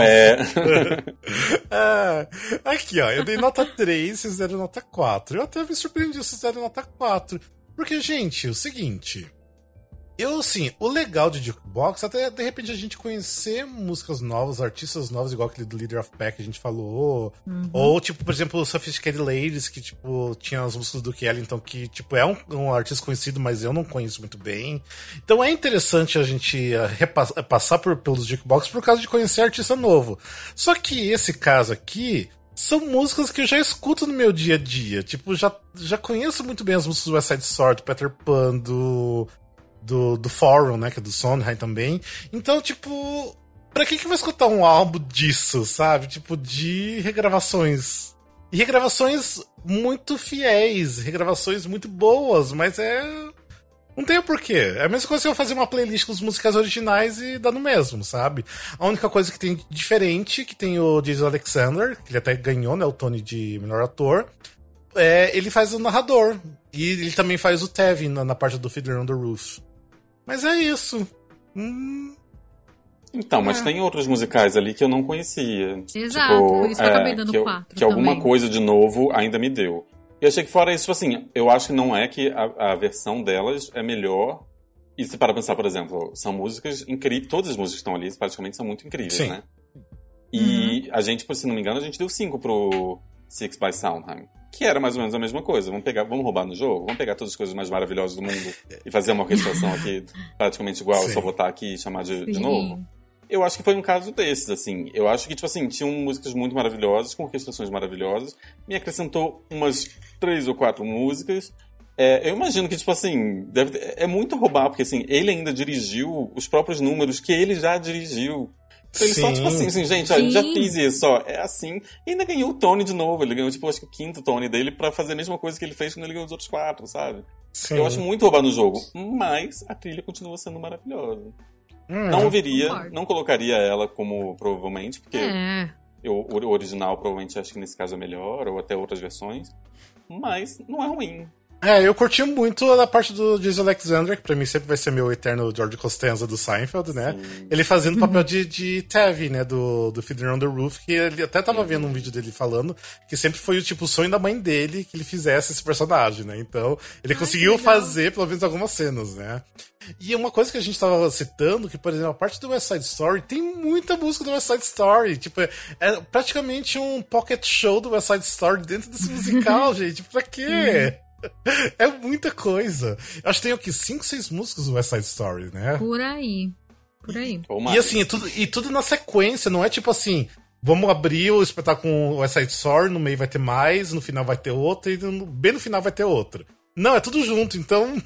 aqui, ó, eu dei nota 3, vocês deram nota 4. Eu até me surpreendi, vocês deram nota 4. Porque, gente, é o seguinte... o legal de Jukebox, até de repente a gente conhecer músicas novas, artistas novos, igual aquele do Leader of Pack que a gente falou. Uhum. Ou, tipo, por exemplo, o Sophisticated Ladies, que, tipo, tinha as músicas do Kelly, então, que, tipo, é um artista conhecido, mas eu não conheço muito bem. Então é interessante a gente passar pelos Jukebox por causa de conhecer artista novo. Só que esse caso aqui... são músicas que eu já escuto no meu dia a dia. Tipo, já conheço muito bem as músicas do West Side Story, do Peter Pan, do Forum, né, que é do Sondheim também. Então, tipo, pra que eu vou escutar um álbum disso, sabe? Tipo, de regravações. E regravações muito fiéis, regravações muito boas, mas não tem o porquê. É a mesma coisa se eu fazer uma playlist com as músicas originais e dá no mesmo, sabe? A única coisa que tem diferente, que tem o Jason Alexander, que ele até ganhou, né, o Tony de melhor ator, ele faz o narrador. E ele também faz o Tevin na parte do Fiddler on the Roof. Mas é isso. Então, mas tem outros musicais ali que eu não conhecia. Exato, por isso que eu acabei dando 4 que alguma coisa de novo ainda me deu. E achei que fora isso, assim, eu acho que não é que a versão delas é melhor. E se para pensar, por exemplo, são músicas incríveis. Todas as músicas que estão ali praticamente são muito incríveis, sim, né? E a gente, se não me engano, a gente deu 5 pro Six by Sondheim. Que era mais ou menos a mesma coisa. Vamos roubar no jogo? Vamos pegar todas as coisas mais maravilhosas do mundo e fazer uma orquestração aqui praticamente igual, só botar aqui e chamar de novo? Eu acho que foi um caso desses, assim. Eu acho que, tipo assim, tinham músicas muito maravilhosas, com orquestrações maravilhosas. Me acrescentou umas 3 ou 4 músicas. Eu imagino que, tipo assim, é muito roubar, porque, assim, ele ainda dirigiu os próprios números que ele já dirigiu. Então ele só, tipo assim, gente, olha, já fiz isso, ó, é assim. E ainda ganhou o Tony de novo. Ele ganhou, tipo, acho que o 5º Tony dele pra fazer a mesma coisa que ele fez quando ele ganhou os outros 4, sabe? Sim. Eu acho muito roubar no jogo. Mas a trilha continua sendo maravilhosa. Não ouviria, não colocaria ela como provavelmente, porque o original provavelmente acho que nesse caso é melhor, ou até outras versões. Mas não é ruim. Eu curti muito a parte do Jason Alexander, que pra mim sempre vai ser meu eterno George Costanza do Seinfeld, né? Sim. Ele fazendo o papel de Tevin, né? Do Fiddler on the Roof, que ele até tava vendo um vídeo dele falando que sempre foi o sonho da mãe dele que ele fizesse esse personagem, né? Então, ele conseguiu fazer pelo menos algumas cenas, né? E uma coisa que a gente tava citando, que, por exemplo, a parte do West Side Story, tem muita música do West Side Story. Tipo, é praticamente um pocket show do West Side Story dentro desse musical, gente. Pra quê? É muita coisa. Acho que tem o que? 5, 6 músicas do West Side Story, né? Por aí. E assim, tudo na sequência, não é tipo assim, vamos abrir o espetáculo com o West Side Story, no meio vai ter mais, no final vai ter outra, e bem no final vai ter outra. Não, é tudo junto, então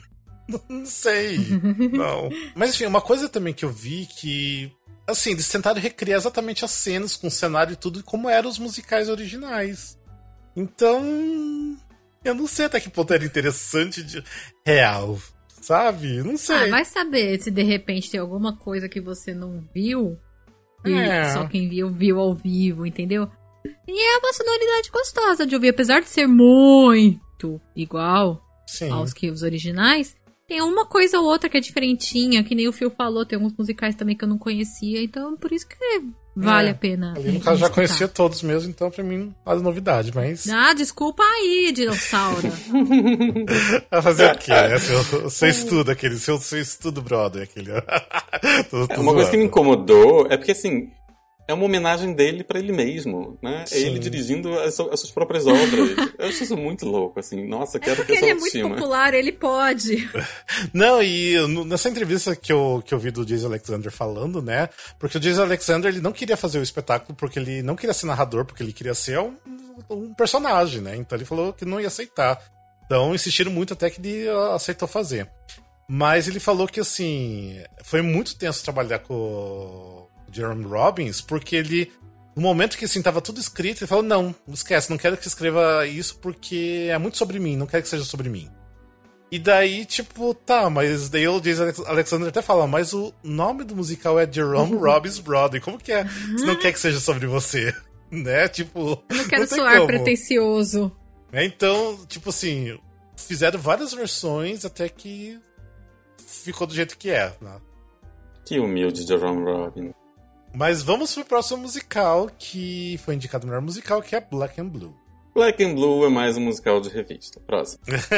Não sei. Não. Mas enfim, uma coisa também que eu vi que... Assim, eles tentaram recriar exatamente as cenas com o cenário e tudo como eram os musicais originais. Então... Eu não sei até que ponto era interessante de real, sabe? Não sei. Vai saber se de repente tem alguma coisa que você não viu e só quem viu ao vivo, entendeu? E é uma sonoridade gostosa de ouvir, apesar de ser muito igual aos que os originais. Tem uma coisa ou outra que é diferentinha, que nem o Phil falou, tem alguns musicais também que eu não conhecia, então por isso que vale a pena. Ali no caso já conhecia todos mesmo, então pra mim não faz novidade, mas... Desculpa aí, dinossauro. Vai fazer o quê, né? Você estuda aquele, seu estudo, brother, aquele... Uma coisa que me incomodou é porque, assim... É uma homenagem dele pra ele mesmo, né? É ele dirigindo as suas próprias obras. Eu acho isso muito louco, assim. Nossa, quero ter essa autoestima. Porque ele é muito popular, ele pode. Não, e nessa entrevista que eu vi do Jason Alexander falando, né? Porque o Jason Alexander, ele não queria fazer o espetáculo porque ele não queria ser narrador, porque ele queria ser um personagem, né? Então ele falou que não ia aceitar. Então insistiram muito até que ele aceitou fazer. Mas ele falou que, assim, foi muito tenso trabalhar com Jerome Robbins, porque ele, no momento que assim, tava tudo escrito, ele falou, não esquece, não quero que escreva isso porque é muito sobre mim, não quero que seja sobre mim. E daí, tipo, mas daí o Jason Alexander até fala, mas o nome do musical é Jerome Robbins Broadway, como que é? Você não quer que seja sobre você, né? Tipo, eu não quero soar pretencioso. Então, tipo assim, fizeram várias versões até que ficou do jeito que é, né? Que humilde Jerome Robbins. Mas vamos pro próximo musical, que foi indicado o melhor musical, que é Black and Blue. Black and Blue é mais um musical de revista. Próximo.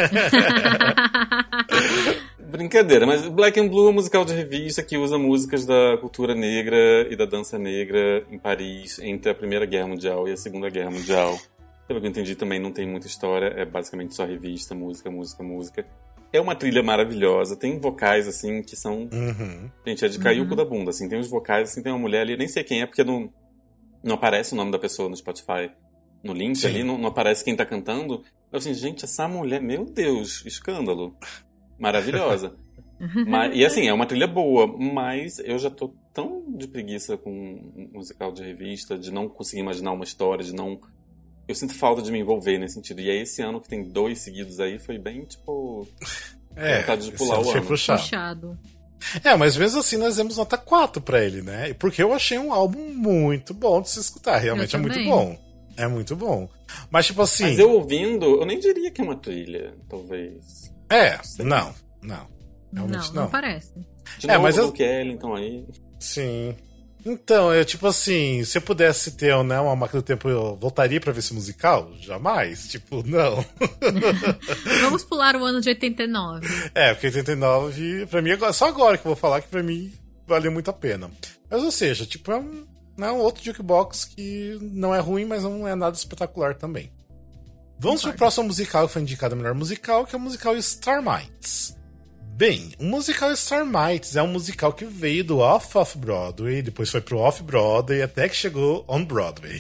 Brincadeira, mas Black and Blue é um musical de revista que usa músicas da cultura negra e da dança negra em Paris entre a Primeira Guerra Mundial e a Segunda Guerra Mundial. Pelo que eu entendi, também não tem muita história, é basicamente só revista, música, música, música. É uma trilha maravilhosa, tem vocais, assim, que são... Gente, é de cair o cu da bunda, assim. Tem uns vocais, assim, tem uma mulher ali, nem sei quem é, porque não aparece o nome da pessoa no Spotify. No link ali, não aparece quem tá cantando. Eu assim, gente, essa mulher, meu Deus, escândalo. Maravilhosa. E assim, é uma trilha boa, mas eu já tô tão de preguiça com um musical de revista, de não conseguir imaginar uma história, de não... Eu sinto falta de me envolver nesse sentido. E aí esse ano que tem 2 seguidos aí foi bem, tipo... vontade de pular o ano. Puxado. Mas mesmo assim nós demos nota 4 pra ele, né? Porque eu achei um álbum muito bom de se escutar. Realmente é muito bom. É muito bom. Mas tipo assim... Mas eu ouvindo, eu nem diria que é uma trilha, talvez. Não. Realmente não. Não parece. De novo, mas do Kelly, então aí... Sim. Então, tipo assim, se eu pudesse ter, né, uma máquina do tempo, eu voltaria pra ver esse musical? Jamais. Tipo, não. Vamos pular o ano de 89. Porque 89, pra mim, só agora que eu vou falar que pra mim valeu muito a pena. Mas, ou seja, tipo, é um outro jukebox que não é ruim, mas não é nada espetacular também. Vamos pro próximo musical que foi indicado o melhor musical, que é o musical Starmites. Bem, o musical Starmites é um musical que veio do Off-Broadway, depois foi pro Off-Broadway, até que chegou On-Broadway.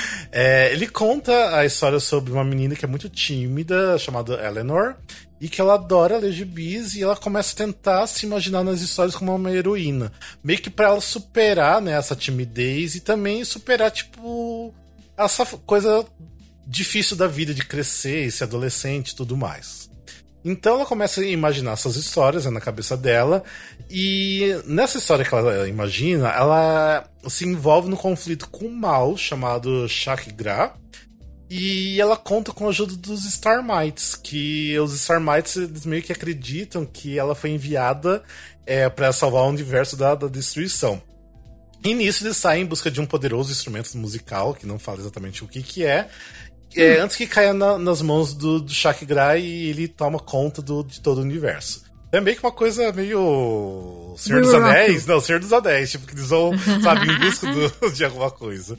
Ele conta a história sobre uma menina que é muito tímida, chamada Eleanor, e que ela adora ler gibis, e ela começa a tentar se imaginar nas histórias como uma heroína. Meio que pra ela superar, né, essa timidez, e também superar, tipo, essa coisa difícil da vida, de crescer, ser adolescente e tudo mais. Então ela começa a imaginar essas histórias na cabeça dela, e nessa história que ela imagina, ela se envolve no conflito com um mal chamado Shakra, e ela conta com a ajuda dos Starmites, que os Starmites eles meio que acreditam que ela foi enviada para salvar o universo da destruição. E nisso eles saem em busca de um poderoso instrumento musical, que não fala exatamente o que é, antes que caia nas mãos do Shakra e ele toma conta de todo o universo. É meio que uma coisa meio... Senhor dos Anéis? Não, Senhor dos Anéis. Tipo, que eles vão, sabe, em busca de alguma coisa.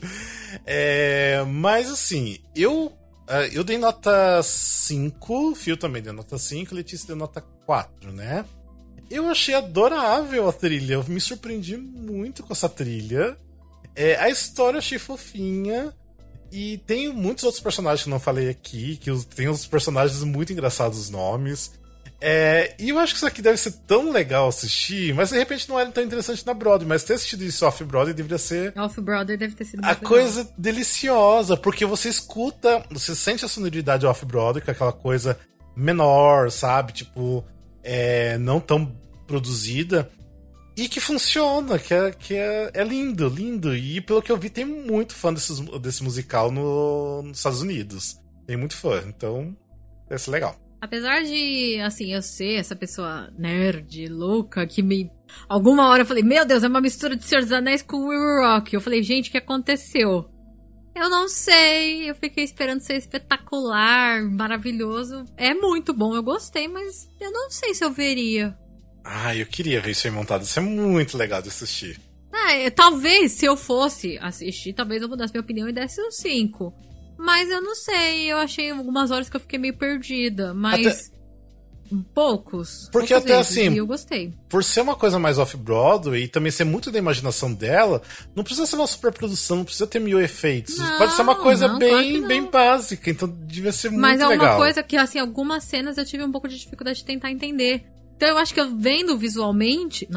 Mas, assim, eu dei nota 5, Phil também deu nota 5, Letícia deu nota 4, né? Eu achei adorável a trilha, eu me surpreendi muito com essa trilha. A história eu achei fofinha. E tem muitos outros personagens que eu não falei aqui, que tem uns personagens muito engraçados os nomes. E eu acho que isso aqui deve ser tão legal assistir, mas de repente não era tão interessante na Broadway, mas ter assistido isso off-Broadway deveria ser... Off-Broadway deve ter sido a coisa deliciosa, porque você escuta, você sente a sonoridade off-Broadway, que é aquela coisa menor, sabe? Tipo, não tão produzida, e que funciona, que é lindo, lindo. E pelo que eu vi, tem muito fã desse musical nos Estados Unidos. Tem muito fã, então deve ser legal. Apesar de, assim, eu ser essa pessoa nerd, louca, que alguma hora eu falei, meu Deus, é uma mistura de Senhor dos Anéis com We Will Rock. Eu falei, gente, o que aconteceu? Eu não sei, eu fiquei esperando ser espetacular, maravilhoso. É muito bom, eu gostei, mas eu não sei se eu veria. Eu queria ver isso aí montado, isso é muito legal de assistir. Talvez, se eu fosse assistir, talvez eu mudasse minha opinião e desse um 5. Mas eu não sei, eu achei algumas horas que eu fiquei meio perdida, mas poucos. Porque até vezes, assim, e eu gostei. Por ser uma coisa mais off-Broadway e também ser muito da imaginação dela, não precisa ser uma superprodução, não precisa ter 1000 efeitos. Pode ser uma coisa bem básica, então devia ser muito legal. Mas é uma coisa que, assim, algumas cenas eu tive um pouco de dificuldade de tentar entender. Então eu acho que vendo visualmente,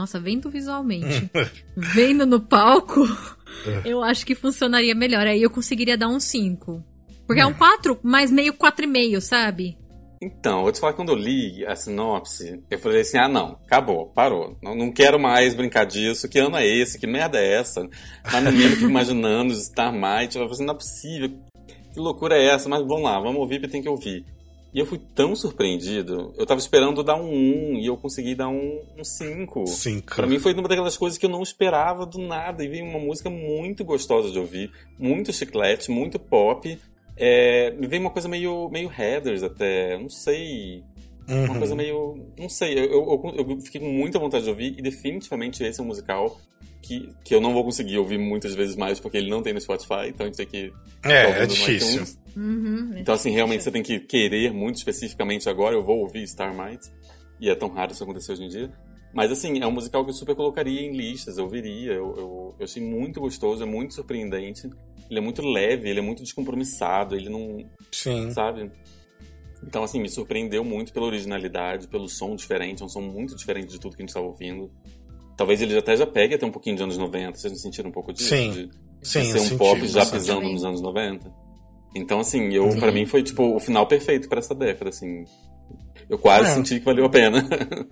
vendo no palco, eu acho que funcionaria melhor. Aí eu conseguiria dar um 5. Porque é um 4, mas meio 4,5, sabe? Então, vou te falar, quando eu li a sinopse, eu falei assim, não, acabou, parou. Não quero mais brincar disso, que ano é esse, que merda é essa? Mas no mínimo eu fico imaginando os Starmite, eu falei assim, não é possível, que loucura é essa? Mas vamos lá, vamos ouvir, porque tem que ouvir. E eu fui tão surpreendido, eu tava esperando dar um 1 e eu consegui dar um 5. 5. Pra mim foi uma daquelas coisas que eu não esperava do nada, e veio uma música muito gostosa de ouvir, muito chiclete, muito pop. Me veio uma coisa meio Heathers até, não sei, uma coisa meio, não sei, eu fiquei com muita vontade de ouvir e definitivamente esse é um musical que eu não vou conseguir ouvir muitas vezes mais porque ele não tem no Spotify, então a gente tem que... É difícil. Então assim, realmente você tem que querer muito especificamente agora, eu vou ouvir Starmite, e é tão raro isso acontecer hoje em dia. Mas assim, é um musical que eu super colocaria em listas, eu ouviria, eu achei muito gostoso, é muito surpreendente, ele é muito leve, ele é muito descompromissado, ele não... Sim. Sabe? Então assim, me surpreendeu muito pela originalidade, pelo som diferente, é um som muito diferente de tudo que a gente estava ouvindo. Talvez ele já pegue até um pouquinho de anos 90, vocês não sentiram um pouco disso? Sim. De ser um pop já pisando nos anos 90? Então assim, pra mim foi tipo o final perfeito pra essa década, assim. Eu quase senti que valeu a pena.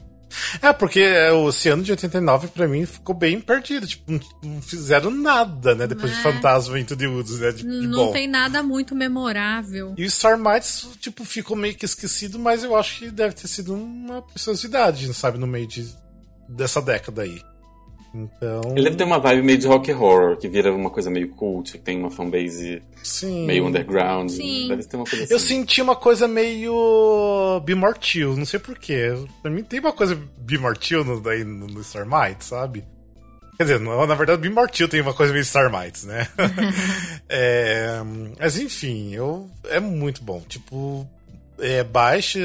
Porque o Oceano de 89 pra mim ficou bem perdido. Tipo, não fizeram nada, né? Depois de Fantasma Into the Woods, né? Não tem nada muito memorável. E o Starmite, tipo, ficou meio que esquecido, mas eu acho que deve ter sido uma preciosidade, sabe? No meio dessa década aí. Então... Ele deve ter uma vibe meio de rock horror, que vira uma coisa meio cult, que tem uma fanbase meio underground. Sim. Deve ter uma coisa assim. Eu senti uma coisa meio Be More Chill, não sei porquê. Pra mim tem uma coisa Be More Chill no Starmite, sabe? Quer dizer, na verdade, Be More Chill tem uma coisa meio Starmite, né? Mas enfim, é muito bom. Tipo, baixa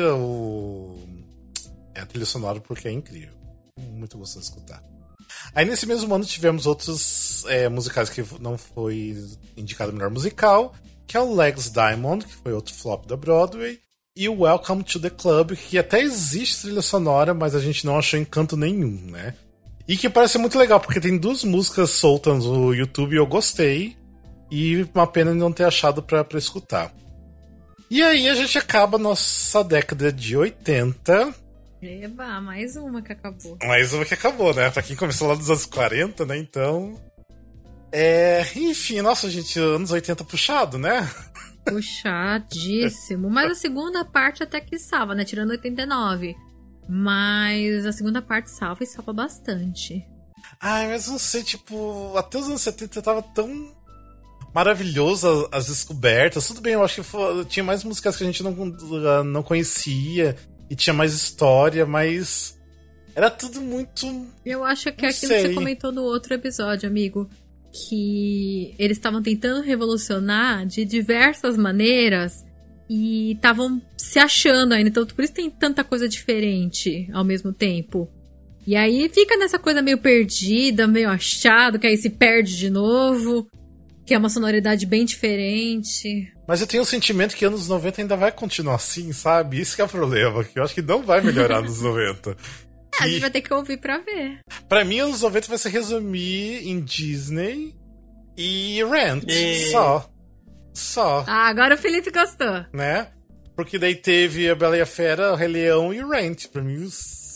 a trilha sonora porque é incrível. Muito gostoso de escutar. Aí nesse mesmo ano tivemos outros musicais que não foi indicado o melhor musical, que é o Legs Diamond, que foi outro flop da Broadway, e o Welcome to the Club, que até existe trilha sonora, mas a gente não achou encanto nenhum, né? E que parece muito legal, porque tem 2 músicas soltas no YouTube e eu gostei, e uma pena não ter achado pra escutar. E aí a gente acaba nossa década de 80... Eba, mais uma que acabou. Mais uma que acabou, né? Pra quem começou lá dos anos 40, né? Então... Enfim, nossa, gente, anos 80 puxado, né? Puxadíssimo. Mas a segunda parte até que salva, né? Tirando 89. Mas a segunda parte salva e salva bastante. Mas não sei, tipo... Até os anos 70 tava tão maravilhoso as descobertas. Tudo bem, eu acho que tinha mais músicas que a gente não conhecia... E tinha mais história, mas era tudo muito... Eu acho que é aquilo que você comentou no outro episódio, amigo. Que eles estavam tentando revolucionar de diversas maneiras e estavam se achando ainda. Então, por isso tem tanta coisa diferente ao mesmo tempo. E aí fica nessa coisa meio perdida, meio achado, que aí se perde de novo. Que é uma sonoridade bem diferente. Mas eu tenho o sentimento que anos 90 ainda vai continuar assim, sabe? Isso que é o problema, que eu acho que não vai melhorar nos 90. A gente vai ter que ouvir pra ver. Pra mim, anos 90 vai se resumir em Disney e Rent. Só. Ah, agora o Felipe gostou. Né? Porque daí teve a Bela e a Fera, o Rei Leão e Rent. Pra mim,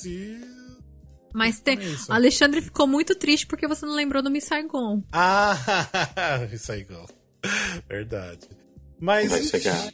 Mas tem... O Alexandre ficou muito triste porque você não lembrou do Miss Saigon. Ah, Miss Saigon. Verdade. Mas... Vai chegar.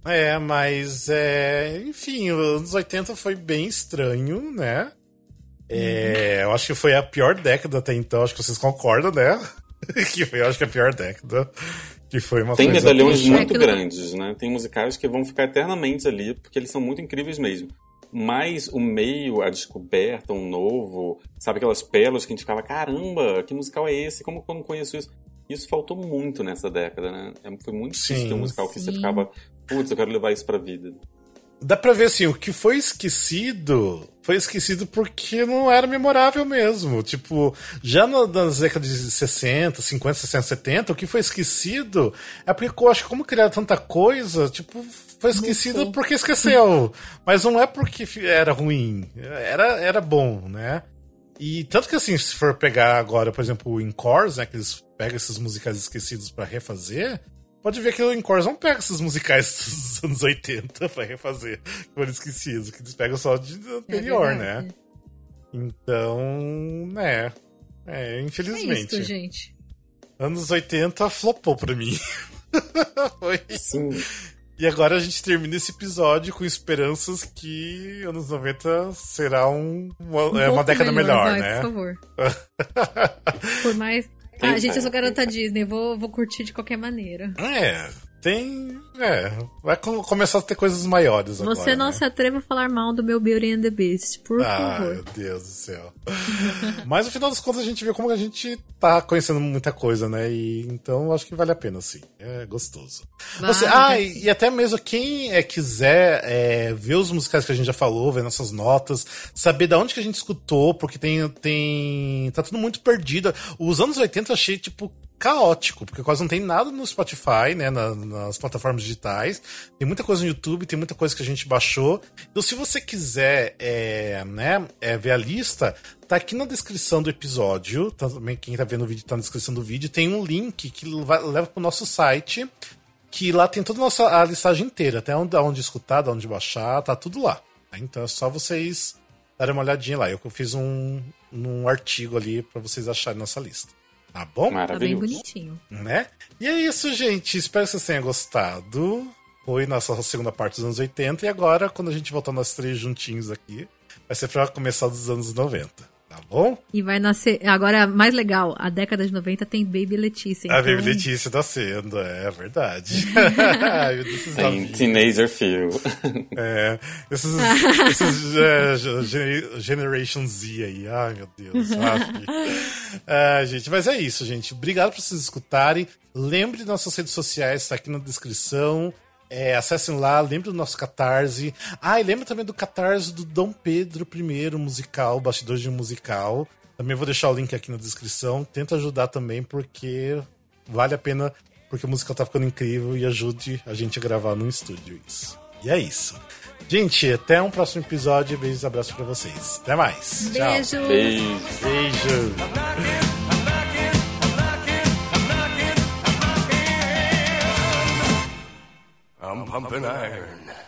Enfim, os anos 80 foi bem estranho, né? Eu acho que foi a pior década até então, acho que vocês concordam, né? Que foi, eu acho que a pior década. Que foi uma Tem coisa medalhões muito grandes, né? Tem musicais que vão ficar eternamente ali, porque eles são muito incríveis mesmo. Mas o meio, a descoberta, um novo, sabe, aquelas pérolas que a gente ficava, caramba, que musical é esse? Como que eu não conheço isso? Isso faltou muito nessa década, né? Foi muito difícil ter um musical que você ficava, putz, eu quero levar isso pra vida. Dá pra ver, assim, o que foi esquecido porque não era memorável mesmo. Tipo, já nas décadas de 60, 50, 60, 70, o que foi esquecido é porque eu acho que como criaram tanta coisa, tipo, foi esquecido porque esqueceu. Mas não é porque era ruim, era bom, né? E tanto que, assim, se for pegar agora, por exemplo, o Encores, né, que eles pegam esses musicais esquecidos pra refazer... Pode ver que o Encores não pega esses musicais dos anos 80 pra refazer, que foram esquecidos, que eles pegam só de anterior, né? Então, né? Infelizmente. É isso, gente. Anos 80 flopou pra mim. Foi. Sim. E agora a gente termina esse episódio com esperanças que anos 90 será uma década melhor, né? Por favor. Por mais... gente, eu sou garota Disney, vou curtir de qualquer maneira. Vai começar a ter coisas maiores agora. Você não se atreva a falar mal do meu Beauty and the Beast, por favor. Meu Deus do céu. Mas no final das contas a gente vê como a gente tá conhecendo muita coisa, né? E então acho que vale a pena, sim. É gostoso. E até mesmo quem quiser ver os musicais que a gente já falou, ver nossas notas, saber de onde que a gente escutou, porque tá tudo muito perdido. Os anos 80 eu achei, tipo, caótico, porque quase não tem nada no Spotify, né, nas plataformas digitais. Tem muita coisa no YouTube, tem muita coisa que a gente baixou. Então, se você quiser ver a lista, tá aqui na descrição do episódio. Também quem tá vendo o vídeo tá na descrição do vídeo. Tem um link que leva pro nosso site, que lá tem toda a listagem inteira, até onde escutar, de onde baixar, tá tudo lá. Então é só vocês darem uma olhadinha lá. Eu fiz um artigo ali pra vocês acharem nossa lista. Tá bom? Tá bem bonitinho. Né? E é isso, gente. Espero que vocês tenham gostado. Foi nossa segunda parte dos anos 80. E agora, quando a gente voltar nós três juntinhos aqui, vai ser pra começar dos anos 90. Tá bom? E vai nascer... Agora, mais legal, a década de 90 tem Baby Letícia. Então... A Baby Letícia nascendo, é verdade. Tem Teenager Phil. Esses Generation Z aí. Ai, meu Deus. Gente, mas é isso, gente. Obrigado por vocês escutarem. Lembre de nossas redes sociais, tá aqui na descrição. Acessem lá, lembre do nosso Catarse. E lembra também do Catarse do Dom Pedro I musical, bastidores de musical. Também vou deixar o link aqui na descrição. Tenta ajudar também, porque vale a pena, porque o musical tá ficando incrível e ajude a gente a gravar no estúdio isso. E é isso. Gente, até um próximo episódio. Beijos e abraços pra vocês. Até mais. Beijo. Tchau. Beijo. I'm pumping iron.